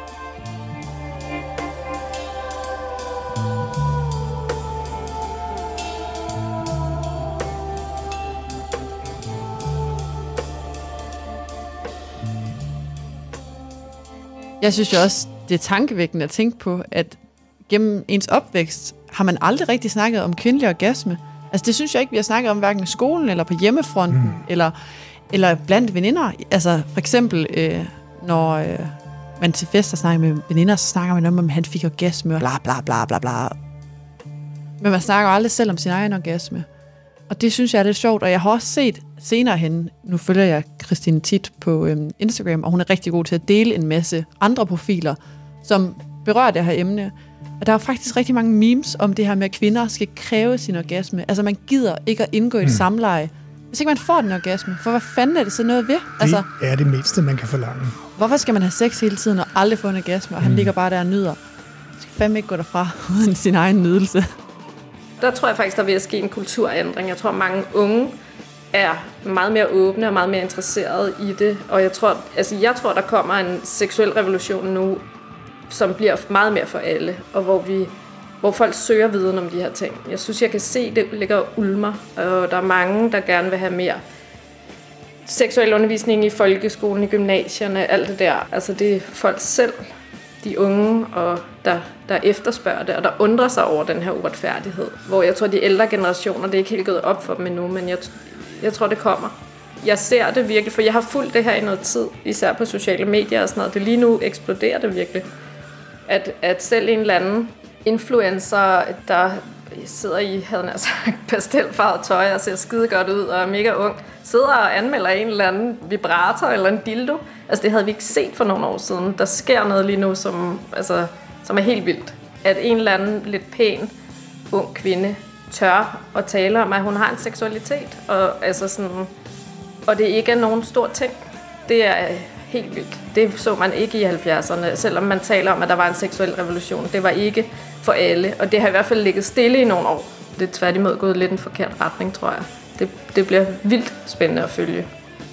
Jeg synes jo også, det er tankevækkende at tænke på, at gennem ens opvækst har man aldrig rigtig snakket om kvindelig orgasme. Altså det synes jeg ikke, vi har snakket om hverken i skolen eller på hjemmefronten, eller blandt veninder. Altså for eksempel, når man til fester snakker med veninder, så snakker man om han fik orgasme, og bla bla bla bla bla. Men man snakker aldrig selv om sin egen orgasme. Og det synes jeg er lidt sjovt, og jeg har også set senere hen, nu følger jeg Christine tit på Instagram, og hun er rigtig god til at dele en masse andre profiler, som berører det her emne. Og der er faktisk rigtig mange memes om det her med, at kvinder skal kræve sin orgasme. Altså man gider ikke at indgå i et samleje, hvis ikke man får den orgasme. For hvad fanden er det så noget ved? Altså, det er det mindste, man kan forlange. Hvorfor skal man have sex hele tiden og aldrig få en orgasme, og han ligger bare der og nyder? Man skal fandme ikke gå derfra uden sin egen nydelse. Der tror jeg faktisk, der vil ske en kulturændring. Jeg tror, mange unge er meget mere åbne og meget mere interesserede i det. Og jeg tror, der kommer en seksuel revolution nu, som bliver meget mere for alle, og hvor vi hvor folk søger viden om de her ting. Jeg synes, jeg kan se, det ligger ulmer, og der er mange, der gerne vil have mere seksuel undervisning i folkeskolen, i gymnasierne, alt det der. Altså det er folk selv, de unge, og der efterspørger det, og der undrer sig over den her uretfærdighed. Hvor jeg tror, de ældre generationer, det er ikke helt gået op for dem endnu, men jeg tror, det kommer. Jeg ser det virkelig, for jeg har fulgt det her i noget tid, især på sociale medier og sådan noget. Det lige nu eksploderer det virkelig. At selv en eller anden influencer, der sidder i, havde jeg sagt, pastelfarvet tøj og ser skide godt ud og er mega ung, sidder og anmelder en eller anden vibrator eller en dildo. Altså det havde vi ikke set for nogle år siden. Der sker noget lige nu, som er helt vildt. At en eller anden lidt pæn, ung kvinde tør at tale om, at hun har en seksualitet. Og det ikke er nogen stor ting. Det er helt vildt. Det så man ikke i 70'erne, selvom man taler om, at der var en seksuel revolution. Det var ikke for alle, og det har i hvert fald ligget stille i nogle år. Det er tværtimod gået lidt en forkert retning, tror jeg. Det bliver vildt spændende at følge.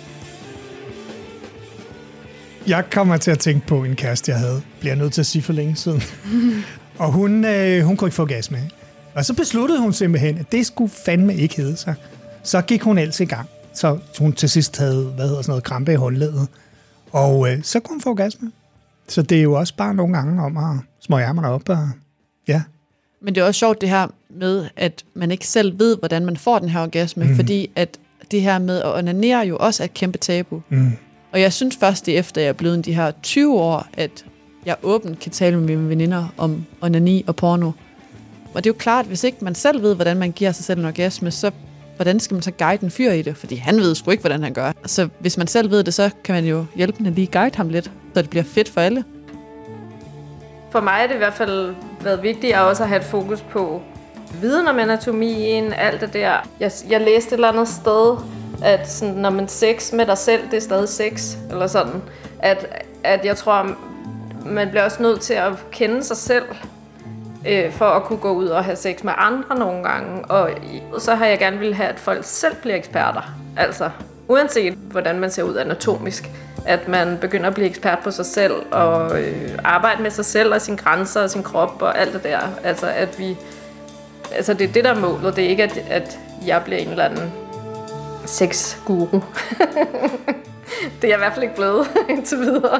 Jeg kommer til at tænke på en kæreste, jeg havde. Bliver nødt til at sige for længe siden. Og hun kunne ikke få gas med. Og så besluttede hun simpelthen, at det skulle fandme ikke hedde sig. Så gik hun ellers i gang. Så hun til sidst havde krampe i håndledet. Og så kunne hun få orgasme. Så det er jo også bare nogle gange om at smøge ærmerne op. Og, ja. Men det er også sjovt det her med, at man ikke selv ved, hvordan man får den her orgasme. Fordi at det her med at onanere jo også er et kæmpe tabu. Og jeg synes først, det er efter jeg er blevet de her 20 år, at jeg åbent kan tale med mine veninder om onani og porno. Og det er jo klart, at hvis ikke man selv ved, hvordan man giver sig selv en orgasme, så hvordan skal man så guide en fyr i det? Fordi han ved sgu ikke, hvordan han gør. Så hvis man selv ved det, så kan man jo hjælpe lige guide ham lidt, så det bliver fedt for alle. For mig er det i hvert fald været vigtigt at også have et fokus på viden om anatomien, alt det der. Jeg læste et eller andet sted, at sådan, når man sex med dig selv, det er stadig sex, eller sådan. At jeg tror, man bliver også nødt til at kende sig selv, for at kunne gå ud og have sex med andre nogle gange. Og så har jeg gerne vil have, at folk selv bliver eksperter. Altså, uanset hvordan man ser ud anatomisk. At man begynder at blive ekspert på sig selv, og arbejde med sig selv og sine grænser og sin krop og alt det der. Altså, det er det, der er målet. Det er ikke, at jeg bliver en eller anden sexguru. Det er jeg i hvert fald ikke blevet indtil videre.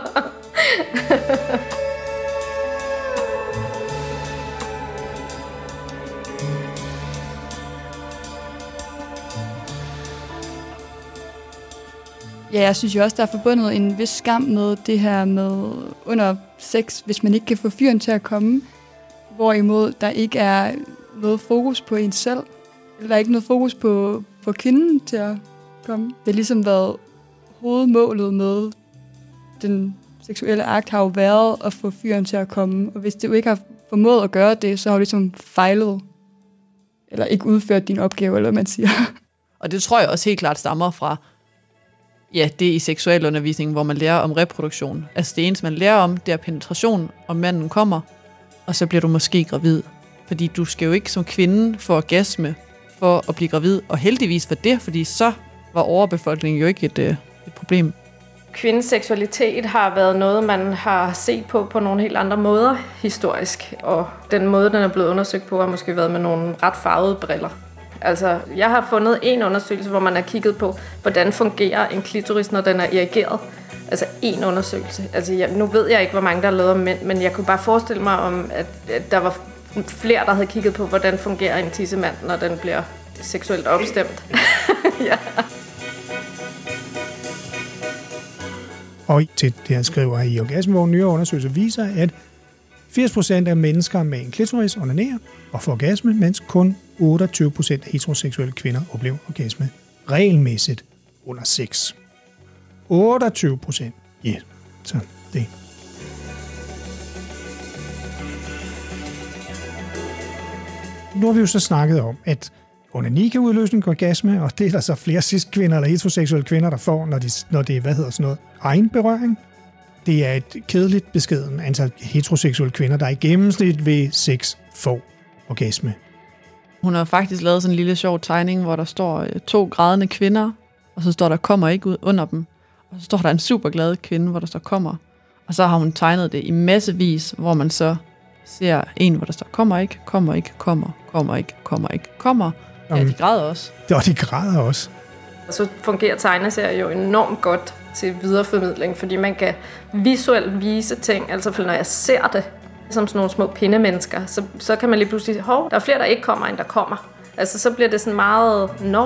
Ja, jeg synes jo også, der er forbundet en vis skam med det her med under sex, hvis man ikke kan få fyren til at komme, hvorimod der ikke er noget fokus på en selv, eller ikke noget fokus på kvinden til at komme. Det har ligesom været hovedmålet med den seksuelle akt har jo været at få fyren til at komme, og hvis du ikke har formået at gøre det, så har du ligesom fejlet, eller ikke udført din opgave, eller hvad man siger. Og det tror jeg også helt klart stammer fra det i seksualundervisningen, hvor man lærer om reproduktion. Altså det eneste, man lærer om, det er penetration, og manden kommer, og så bliver du måske gravid. Fordi du skal jo ikke som kvinde få orgasme for at blive gravid, og heldigvis for det, fordi så var overbefolkningen jo ikke et problem. Kvindens seksualitet har været noget, man har set på nogle helt andre måder historisk, og den måde, den er blevet undersøgt på, har måske været med nogle ret farvede briller. Altså, jeg har fundet en undersøgelse, hvor man har kigget på, hvordan fungerer en klitoris, når den er erigeret. Altså, en undersøgelse. Altså, nu ved jeg ikke, hvor mange der er lavet om mænd, men jeg kunne bare forestille mig om, at der var flere, der havde kigget på, hvordan fungerer en tissemand, når den bliver seksuelt opstemt. Ja. Og til det, han skriver her i Orgasmevågen, nyere undersøgelser viser, at 80% af mennesker med en klitoris onanerer og får orgasme, mens kun 28% af heteroseksuelle kvinder oplever orgasme regelmæssigt under sex. 28%. Ja, så det. Nu har vi jo så snakket om, at onani kan udløse en orgasme, og det er der så flere cis-kvinder eller heteroseksuelle kvinder, der får, når det er, egen berøring. Det er et kedeligt beskeden antal heteroseksuelle kvinder, der i gennemsnit ved sex får orgasme. Hun har faktisk lavet sådan en lille sjov tegning, hvor der står 2 grædende kvinder, og så står der kommer ikke ud under dem. Og så står der en super glad kvinde, hvor der står kommer. Og så har hun tegnet det i massevis, hvor man så ser en, hvor der står, kommer ikke, kommer ikke, kommer ikke. Ja, de græder også. Og de græder også. Og så fungerer tegneserier jo enormt godt til videreformidling, fordi man kan visuelt vise ting. Altså for når jeg ser det som sådan nogle små pindemennesker, så kan man lige pludselig sige, der er flere, der ikke kommer, end der kommer. Altså så bliver det sådan meget,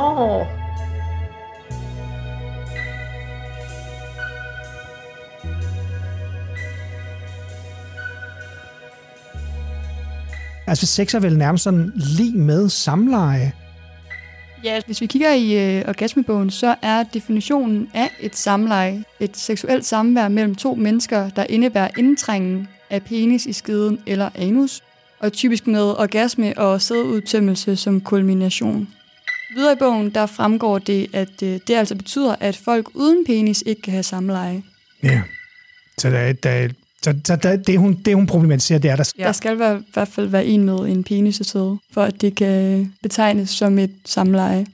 Altså sex er vel nærmest sådan lig med samleje. Ja, hvis vi kigger i orgasmebogen, så er definitionen af et samleje et seksuelt samvær mellem to mennesker, der indebærer indtrængen af penis i skeden eller anus, og typisk med orgasme og sædudtømmelse som kulmination. Videre i bogen, der fremgår det, at det altså betyder, at folk uden penis ikke kan have samleje. Ja, så det hun problematiserer, det er der. Der skal i hvert fald være en med en penis og sæde, for at det kan betegnes som et samleje.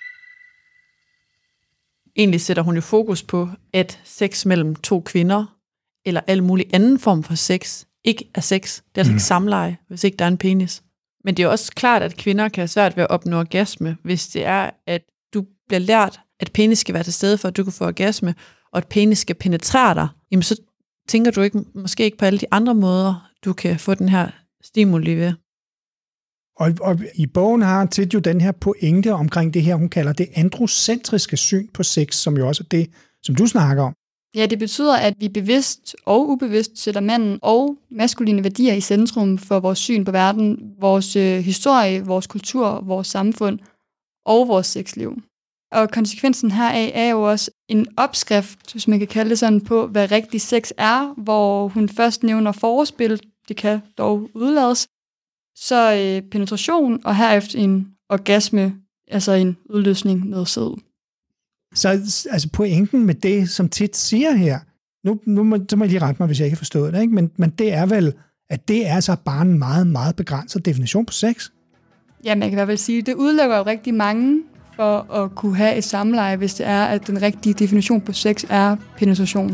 Egentlig sætter hun jo fokus på, at sex mellem to kvinder, eller al mulig anden form for sex, ikke er sex. Det er altså ikke samleje, hvis ikke der er en penis. Men det er også klart, at kvinder kan have svært ved at opnå orgasme, hvis det er, at du bliver lært, at penis skal være til stede, for at du kan få orgasme, og at penis skal penetrere dig. Jamen så tænker du måske ikke på alle de andre måder, du kan få den her stimuli ved. Og i bogen har Tit jo den her pointe omkring det her, hun kalder det androcentriske syn på sex, som jo også er det, som du snakker om. Ja, det betyder, at vi bevidst og ubevidst sætter manden og maskuline værdier i centrum for vores syn på verden, vores historie, vores kultur, vores samfund og vores sexliv. Og konsekvensen heraf er jo også en opskrift, hvis man kan kalde det sådan, på, hvad rigtig sex er, hvor hun først nævner forspil, det kan dog udlades, så penetration, og herefter en orgasme, altså en udløsning med sæd. Så altså pointen med det, som Tit siger her, nu må jeg lige rette mig, hvis jeg ikke har forstået det, ikke? Men det er vel, at det er altså bare en meget, meget begrænset definition på sex. Ja, man kan i hvert fald sige, at det udelukker jo rigtig mange for at kunne have et samleje, hvis det er, at den rigtige definition på sex er penetration.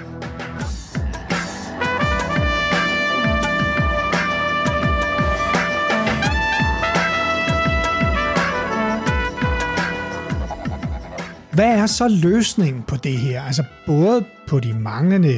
Hvad er så løsningen på det her? Altså både på de manglende,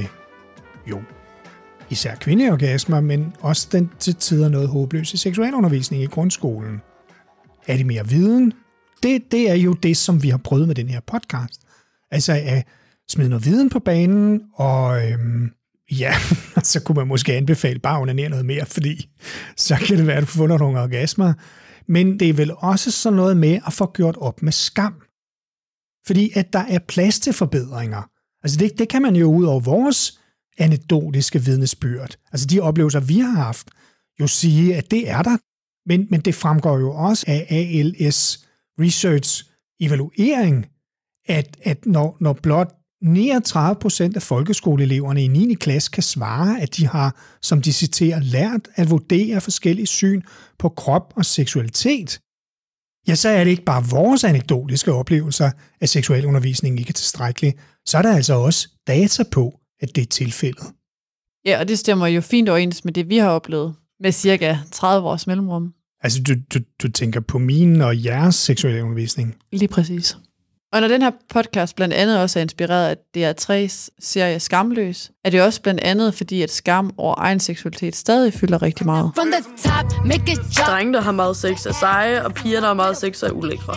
især kvindeorgasmer, men også den til tider noget håbløse seksualundervisning i grundskolen. Er det mere viden? Det er jo det, som vi har prøvet med den her podcast. Altså at smide noget viden på banen, og så kunne man måske anbefale bare at onanere noget mere, fordi så kan det være, at du får nogle orgasmer. Men det er vel også sådan noget med at få gjort op med skam. Fordi at der er plads til forbedringer. Altså det kan man jo ud over vores anekdotiske vidnesbyrd, altså de oplevelser, vi har haft, jo sige, at det er der. Men det fremgår jo også af ALS Research evaluering, at når blot 39% af folkeskoleeleverne i 9. klasse kan svare, at de har, som de citerer, lært at vurdere forskellige syn på krop og seksualitet, ja, så er det ikke bare vores anekdotiske oplevelser, at seksualundervisningen ikke er tilstrækkelig, så er der altså også data på, at det er tilfældet. Ja, og det stemmer jo fint overens med det, vi har oplevet med cirka 30 års mellemrum. Altså, du tænker på min og jeres seksualundervisning? Lige præcis. Og når den her podcast blandt andet også er inspireret af DR3's serie Skamløs, er det også blandt andet fordi, at skam over egen seksualitet stadig fylder rigtig meget. Drenge, der har meget sex, er seje, og piger, der har meget sex, er ulækre.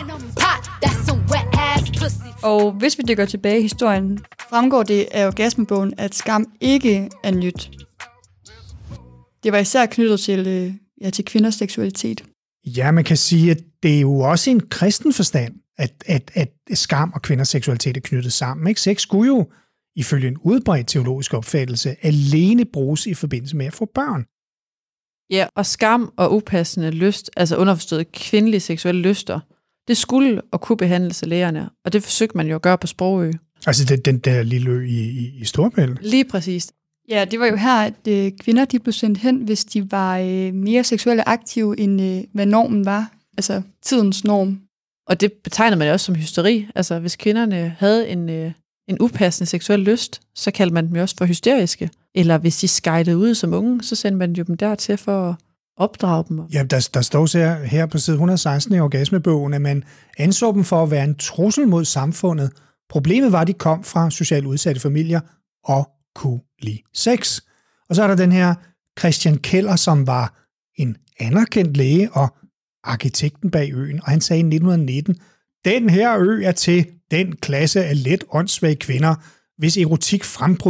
Og hvis vi dykker tilbage i historien, fremgår det af orgasmebogen, at skam ikke er nyt. Det var især knyttet til kvinders seksualitet. Ja, man kan sige, at det er jo også en kristen forstand, at skam og kvinders seksualitet er knyttet sammen. Ikke? Sex skulle jo, ifølge en udbredt teologisk opfattelse, alene bruges i forbindelse med at få børn. Ja, og skam og upassende lyst, altså underforstået kvindelige seksuelle lyster, det skulle og kunne behandles af lægerne, og det forsøgte man jo at gøre på Sprogø. Altså den der lille ø i Storbælt? Lige præcis. Ja, det var jo her, at kvinder de blev sendt hen, hvis de var mere seksuelle aktive, end hvad normen var. Altså tidens norm. Og det betegnede man også som hysteri. Altså hvis kvinderne havde en upassende seksuel lyst, så kaldte man dem jo også for hysteriske. Eller hvis de skejtede ud som unge, så sendte man jo dem dertil for at opdrage dem. Ja, der står her på side 116 i Orgasmebogen, at man anså dem for at være en trussel mod samfundet. Problemet var, at de kom fra socialt udsatte familier og kunne lide sex. Og så er der den her Christian Keller, som var en anerkendt læge og arkitekten bag øen, og han sagde i 1919, den her ø er til den klasse af let åndssvage kvinder, hvis erotik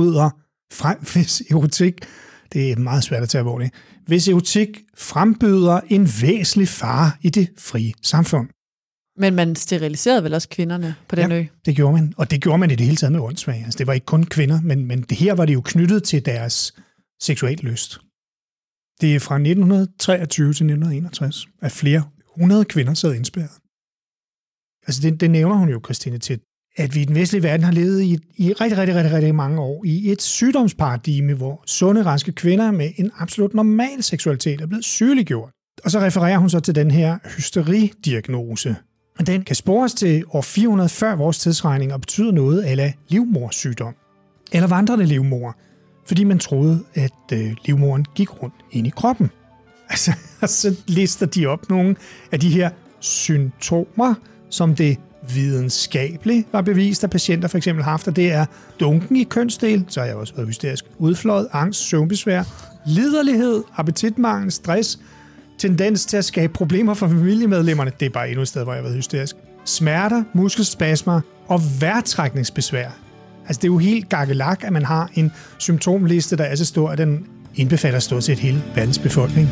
det er meget svært at tage alvorligt, hvis erotik frembyder en væsentlig fare i det frie samfund. Men man steriliserede vel også kvinderne på den ø? Det gjorde man, og det gjorde man i det hele taget med åndssvage. Altså, det var ikke kun kvinder, men det her var det jo knyttet til deres seksuel lyst. Det er fra 1923 til 1961, at flere 100 kvinder sad indspærret. Altså det nævner hun jo, Christine, til, at vi i den vestlige verden har levet i rigtig mange år i et sygdomsparadigme, hvor sunde, raske kvinder med en absolut normal seksualitet er blevet sygeliggjort. Og så refererer hun så til den her hysteridiagnose. Og den kan spores til år 400 før vores tidsregning og betyder noget ala livmorsygdom. Eller vandrende livmor, fordi man troede, at livmoren gik rundt ind i kroppen. Altså, og så lister de op nogle af de her symptomer, som det videnskabeligt var bevist, at patienter for eksempel har haft, og det er dunken i kønsdel, så har jeg også været hysterisk, udfløjet, angst, søvnbesvær, liderlighed, appetitmangel, stress, tendens til at skabe problemer for familiemedlemmerne, det er bare endnu et sted, hvor jeg har været hysterisk, smerter, muskelspasmer og vejrtrækningsbesvær. Altså det er jo helt gakkelak, at man har en symptomliste, der er så stor, at den indbefatter stort set hele verdens befolkning.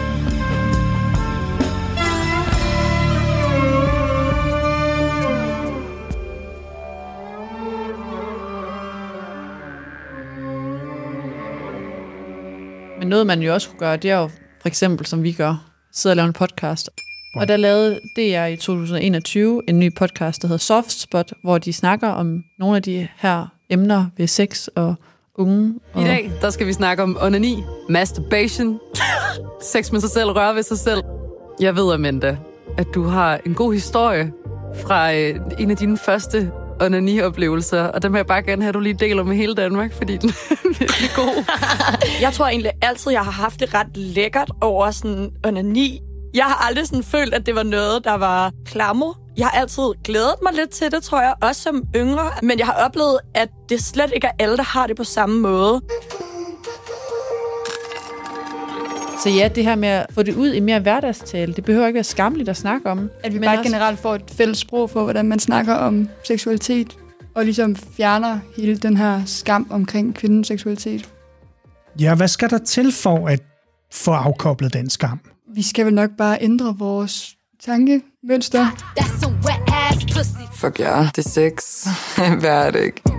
Men noget, man jo også kunne gøre, det er jo for eksempel, som vi gør, sidde og lave en podcast. Og der lavede DR i 2021 en ny podcast, der hedder Soft Spot, hvor de snakker om nogle af de her emner ved sex og unge. I dag, der skal vi snakke om onani, masturbation, sex med sig selv, røre ved sig selv. Jeg ved, Amanda, at du har en god historie fra en af dine første onani-oplevelser, og den vil jeg bare gerne have, at du lige deler med hele Danmark, fordi den er virkelig god. Jeg tror egentlig altid, jeg har haft det ret lækkert over sådan onani. Jeg har aldrig sådan følt, at det var noget, der var klammer. Jeg har altid glædet mig lidt til det, tror jeg, også som yngre. Men jeg har oplevet, at det slet ikke er alle, der har det på samme måde. Så ja, det her med at få det ud i mere hverdagstale, det behøver ikke være skamligt at snakke om. At vi bare også generelt får et fælles sprog for, hvordan man snakker om seksualitet, og ligesom fjerner hele den her skam omkring kvindens seksualitet. Ja, hvad skal der til for at få afkoblet den skam? Vi skal vel nok bare ændre vores tankemønster. Fuck ja, det er sex. Hvad er det ikke?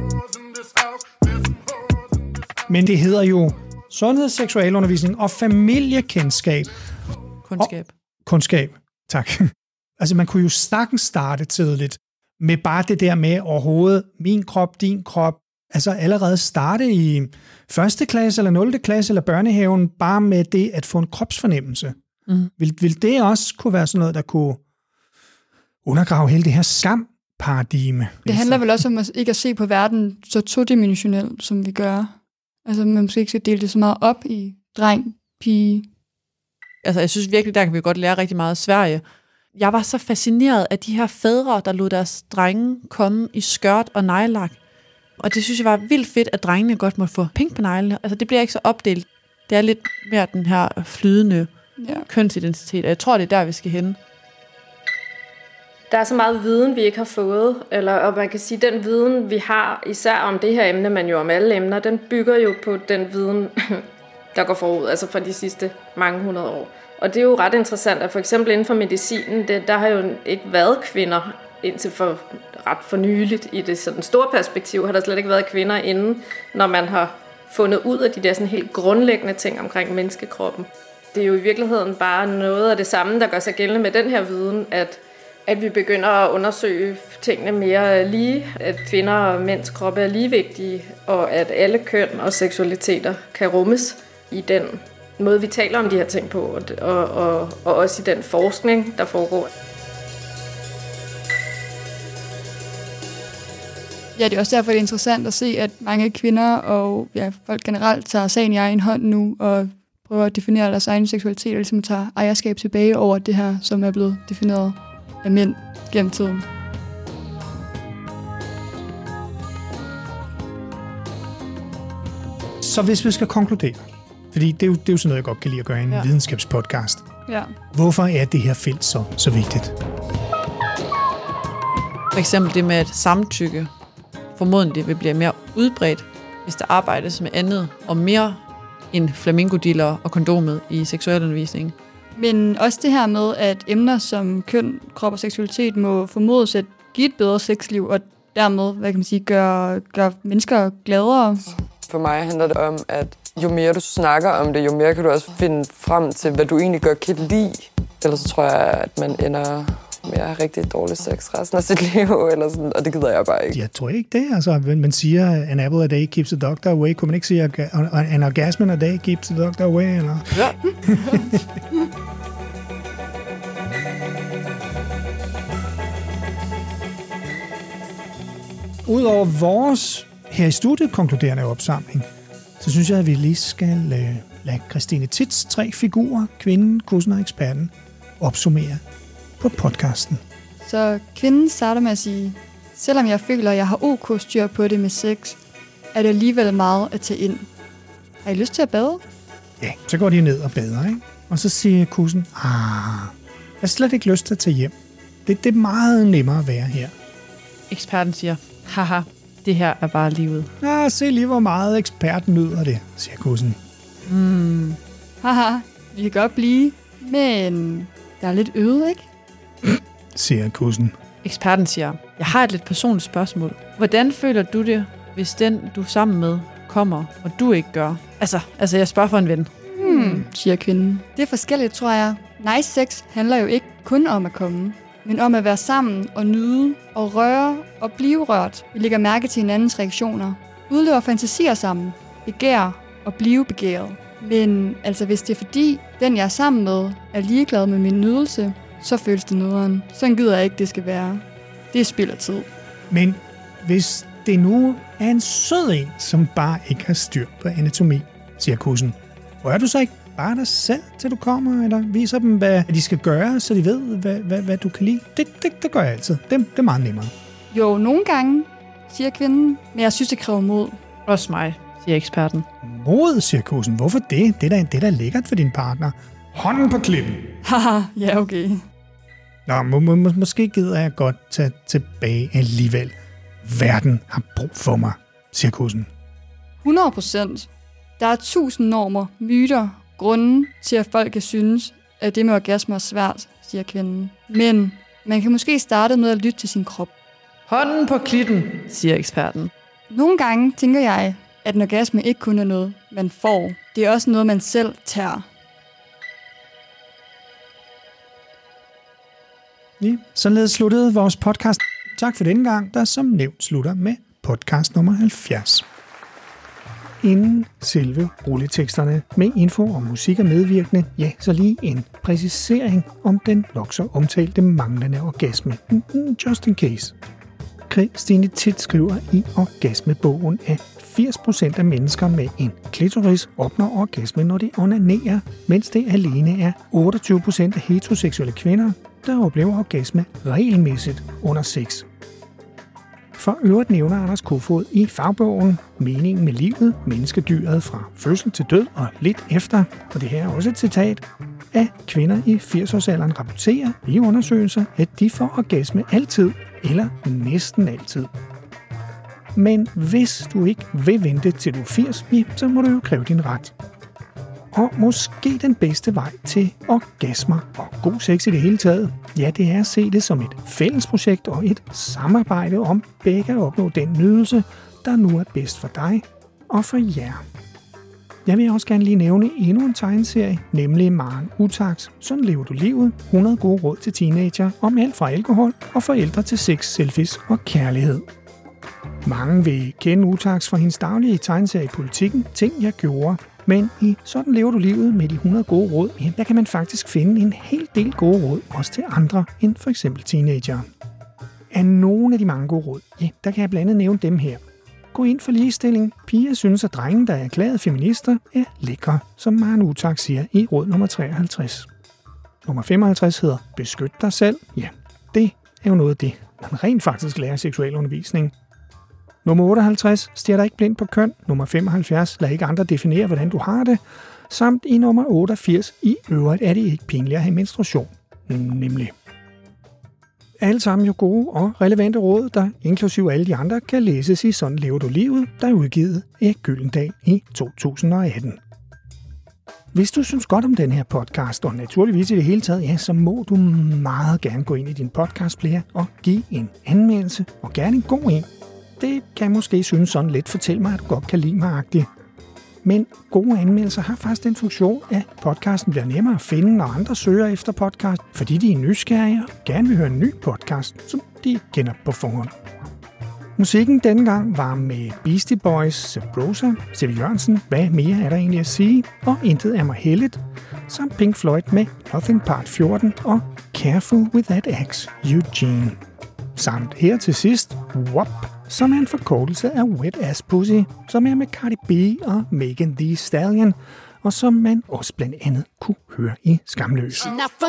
Men det hedder jo sundheds-, seksualundervisning og familiekendskab. Kundskab, tak. Altså man kunne jo sagtens starte tidligt med bare det der med overhovedet min krop, din krop. Altså allerede starte i 1. klasse eller 0. klasse eller børnehaven, bare med det at få en kropsfornemmelse. Mm. Vil det også kunne være sådan noget, der kunne undergrave hele det her skamparadigme? Det handler vel også om ikke at se på verden så todimensionelt, som vi gør. Altså man måske ikke skal dele det så meget op i dreng, pige. Altså jeg synes virkelig, der kan vi godt lære rigtig meget af Sverige. Jeg var så fascineret af de her fædre, der lod deres drenge komme i skørt og nejlak. Og det synes jeg var vildt fedt, at drengene godt måtte få pink på neglene. Altså det bliver ikke så opdelt. Det er lidt mere den her flydende kønsidentitet, og jeg tror, det er der, vi skal hen. Der er så meget viden, vi ikke har fået, og man kan sige, at den viden, vi har, især om det her emne, men jo om alle emner, den bygger jo på den viden, der går forud, altså fra de sidste mange hundrede år. Og det er jo ret interessant, at for eksempel inden for medicinen, der har jo ikke været kvinder indtil ret for nyligt i det sådan store perspektiv, har der slet ikke været kvinder inden, når man har fundet ud af de der sådan helt grundlæggende ting omkring menneskekroppen. Det er jo i virkeligheden bare noget af det samme, der gør sig gældende med den her viden, at vi begynder at undersøge tingene mere lige, at kvinder og mænds kroppe er ligevigtige, og at alle køn og seksualiteter kan rummes i den måde, vi taler om de her ting på, og også i den forskning, der foregår. Ja, det er også derfor, det er interessant at se, at mange kvinder og folk generelt tager sagen i egen hånd nu og prøver at definere deres egen seksualitet og ligesom tager ejerskab tilbage over det her, som er blevet defineret af mænd gennem tiden. Så hvis vi skal konkludere, fordi det er jo sådan noget, jeg godt kan lide at gøre i en videnskabspodcast. Ja. Hvorfor er det her felt så vigtigt? For eksempel det med, at samtykke formodentlig vil blive mere udbredt, hvis der arbejdes med andet og mere end flamingodiller og kondomet i seksualundervisning. Men også det her med, at emner som køn, krop og seksualitet må formodes at give et bedre sexliv, og dermed, hvad kan man sige, gøre mennesker gladere. For mig handler det om, at jo mere du snakker om det, jo mere kan du også finde frem til, hvad du egentlig godt kan lide. Ellers så tror jeg, at man ender med at have rigtig dårlig sex resten af sit liv, eller sådan, og det gider jeg bare ikke. Jeg tror ikke det. Altså, man siger, an apple a day keeps the doctor away. Kunne man ikke sige, an orgasm a day keeps the doctor away? Eller? Ja. Udover vores her i studiet konkluderende opsamling, så synes jeg, at vi lige skal lade Christine Tits 3 figurer, kvinden, kussen og eksperten, opsummere på podcasten. Så kvinden starter med at sige, selvom jeg føler, at jeg har OK styr på det med sex, er det alligevel meget at tage ind. Har I lyst til at bade? Ja, så går de ned og bader, ikke? Og så siger kussen, jeg har slet ikke lyst til at tage hjem. Det er meget nemmere at være her. Eksperten siger, haha, det her er bare livet. Se lige, hvor meget eksperten nyder det, siger kussen. Haha, vi kan godt blive, men der er lidt øde, ikke? Siger kussen. Eksperten siger, jeg har et lidt personligt spørgsmål. Hvordan føler du det, hvis den, du er sammen med, kommer, og du ikke gør? Altså jeg spørger for en ven. Siger kvinden. Det er forskelligt, tror jeg. Nice sex handler jo ikke kun om at komme, men om at være sammen og nyde og røre og blive rørt. Vi lægger mærke til hinandens reaktioner. Udlever fantasier sammen. Begær og blive begæret. Men altså, hvis det er fordi, den jeg er sammen med, er ligeglad med min nydelse, så føles det nederen. Sådan gider jeg ikke, det skal være. Det er spild af tid. Men hvis det nu er en sød en, som bare ikke har styr på anatomi, siger kussen, rører du så ikke bare dig selv, til du kommer, eller viser dem, hvad de skal gøre, så de ved, hvad du kan lide? Det gør jeg altid. Det er meget nemmere. Jo, nogle gange, siger kvinden, men jeg synes, det kræver mod. Også mig, siger eksperten. Mod, siger kussen. Hvorfor det? Det er da lækkert for din partner. Hånden på klippen. Haha, ja, okay. Nå, måske gider jeg godt tage tilbage alligevel. Verden har brug for mig, siger kussen. 100%. Der er 1000 normer, myter, grunde til, at folk kan synes, at det med orgasmer er svært, siger kvinden. Men man kan måske starte med at lytte til sin krop. Hånden på klitten, siger eksperten. Nogle gange tænker jeg, at en orgasme ikke kun er noget, man får. Det er også noget, man selv tager. Ja, således sluttede vores podcast. Tak for denne gang, der som nævnt slutter med podcast nummer 70. Inden selve rulleteksterne med info om musik og medvirkende, ja, så lige en præcisering om den nok så omtalte manglende orgasme. Just in case. Christine Tit skriver i orgasmebogen, at 80% af mennesker med en klitoris opnår orgasme, når de onanerer, mens det alene er 28% af heteroseksuelle kvinder, der oplever orgasme regelmæssigt under sex. For øvrigt nævner Anders Kofod i fagbogen Meningen med livet, menneskedyret fra fødsel til død og lidt efter, og det her er også et citat, at kvinder i 80-årsalderen rapporterer i undersøgelser, at de får orgasme altid eller næsten altid. Men hvis du ikke vil vente til du er 80, så må du jo kræve din ret. Og måske den bedste vej til orgasmer og god sex i det hele taget, ja, det er at se det som et fællesprojekt og et samarbejde om begge at opnå den nydelse, der nu er bedst for dig og for jer. Jeg vil også gerne lige nævne endnu en tegneserie, nemlig Maren Utaks Sådan lever du livet, 100 gode råd til teenager om alt fra alkohol og forældre til sex, selfies og kærlighed. Mange vil kende Utaks fra hendes daglige tegneserie i Politikken, Ting jeg gjorde. Men i Sådan lever du livet med de 100 gode råd, der kan man faktisk finde en hel del gode råd, også til andre end for eksempel teenager. af nogle af de mange gode råd, ja, der kan jeg blandt andet nævne dem her. Gå ind for ligestilling. Piger synes, at drenge, der er erklærede feminister, er lækre, som Maren Uthaug siger i råd nummer 53. Nummer 55 hedder beskyt dig selv. Ja, det er jo noget af det, man rent faktisk lærer i seksualundervisning. Nummer 58, stirr dig ikke blind på køn. Nummer 75, lad ikke andre definere, hvordan du har det. Samt i nummer 88, i øvrigt er det ikke pinligt at have menstruation. Nemlig. Alle sammen jo gode og relevante råd, der inklusive alle de andre kan læses i Sådan lever du livet, der er udgivet af Gyldendal i 2018. Hvis du synes godt om den her podcast, og naturligvis i det hele taget, ja, så må du meget gerne gå ind i din podcastplayer og give en anmeldelse, og gerne en god en. Det kan måske synes sådan lidt fortælle mig, at du godt kan lide mig-agtigt. Men gode anmeldelser har faktisk den funktion, at podcasten bliver nemmere at finde, når andre søger efter podcast, fordi de er nysgerrige og gerne vil høre en ny podcast, som de kender på forhånd. Musikken denne gang var med Beastie Boys, Sabrosa, C.V. Jørgensen, Hvad mere er der egentlig at sige, og Intet er mig heldigt, samt Pink Floyd med Nothing Part 14 og Careful with that axe, Eugene. Samt her til sidst, WAP, som er en forkortelse af Wet Ass Pussy, som er med Cardi B og Megan Thee Stallion, og som man også blandt andet kunne høre i Skamløs.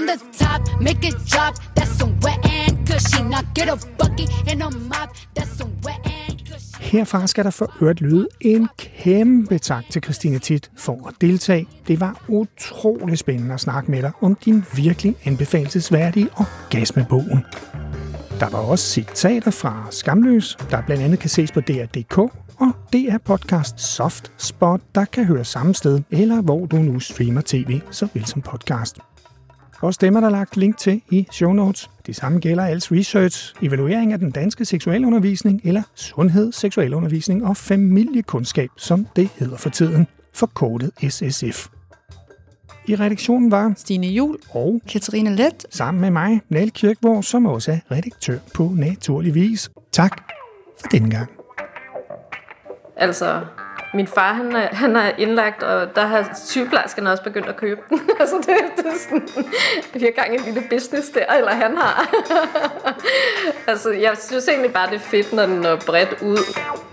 Herfra skal der for øvrigt lyde en kæmpe tak til Christine Titt for at deltage. Det var utrolig spændende at snakke med dig om din virkelig anbefalelsesværdige orgasmebogen. Der var også citater fra Skamløs, der blandt andet kan ses på DR.dk, og DR Podcast Soft Spot, der kan høre samme sted, eller hvor du nu streamer tv, såvel som podcast. Og stemmer der lagt link til i show notes. Det samme gælder Als Research, evaluering af den danske seksualundervisning, eller sundhed, seksualundervisning og familiekundskab, som det hedder for tiden, forkortet SSF. I redaktionen var Stine Juhl og Katarina Let, sammen med mig, Nal Kirkborg, som også er redaktør på Naturligvis. Tak for denne gang. Altså, min far, han er indlagt, og der har sygeplejerskerne også begyndt at købe den. Altså, det er sådan, vi har gang i en lille business der, eller han har. Altså, jeg synes egentlig bare, det er fedt, når den når bredt ud.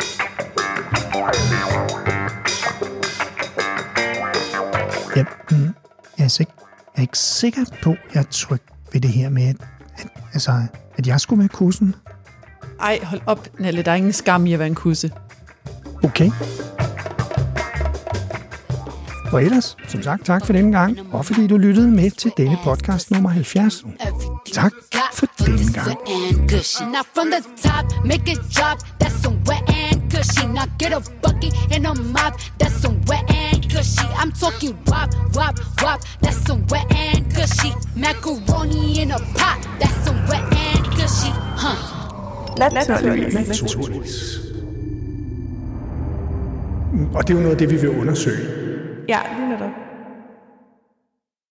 Ja, jeg er ikke sikker på, at jeg er tryg ved det her med, at jeg skulle være kussen. Ej, hold op, Nalle. Der er ingen skam i at være en kusse. Okay. Og ellers, som sagt, tak for denne gang, og fordi du lyttede med til denne podcast nummer 70. Tak for denne gang. I'm talking wop, wop, wop, that's some wet and gushy. Macaroni in a pot, that's some wet and gushy. Naturligvis. Og det er jo noget af det, vi vil undersøge. Ja, lige netop.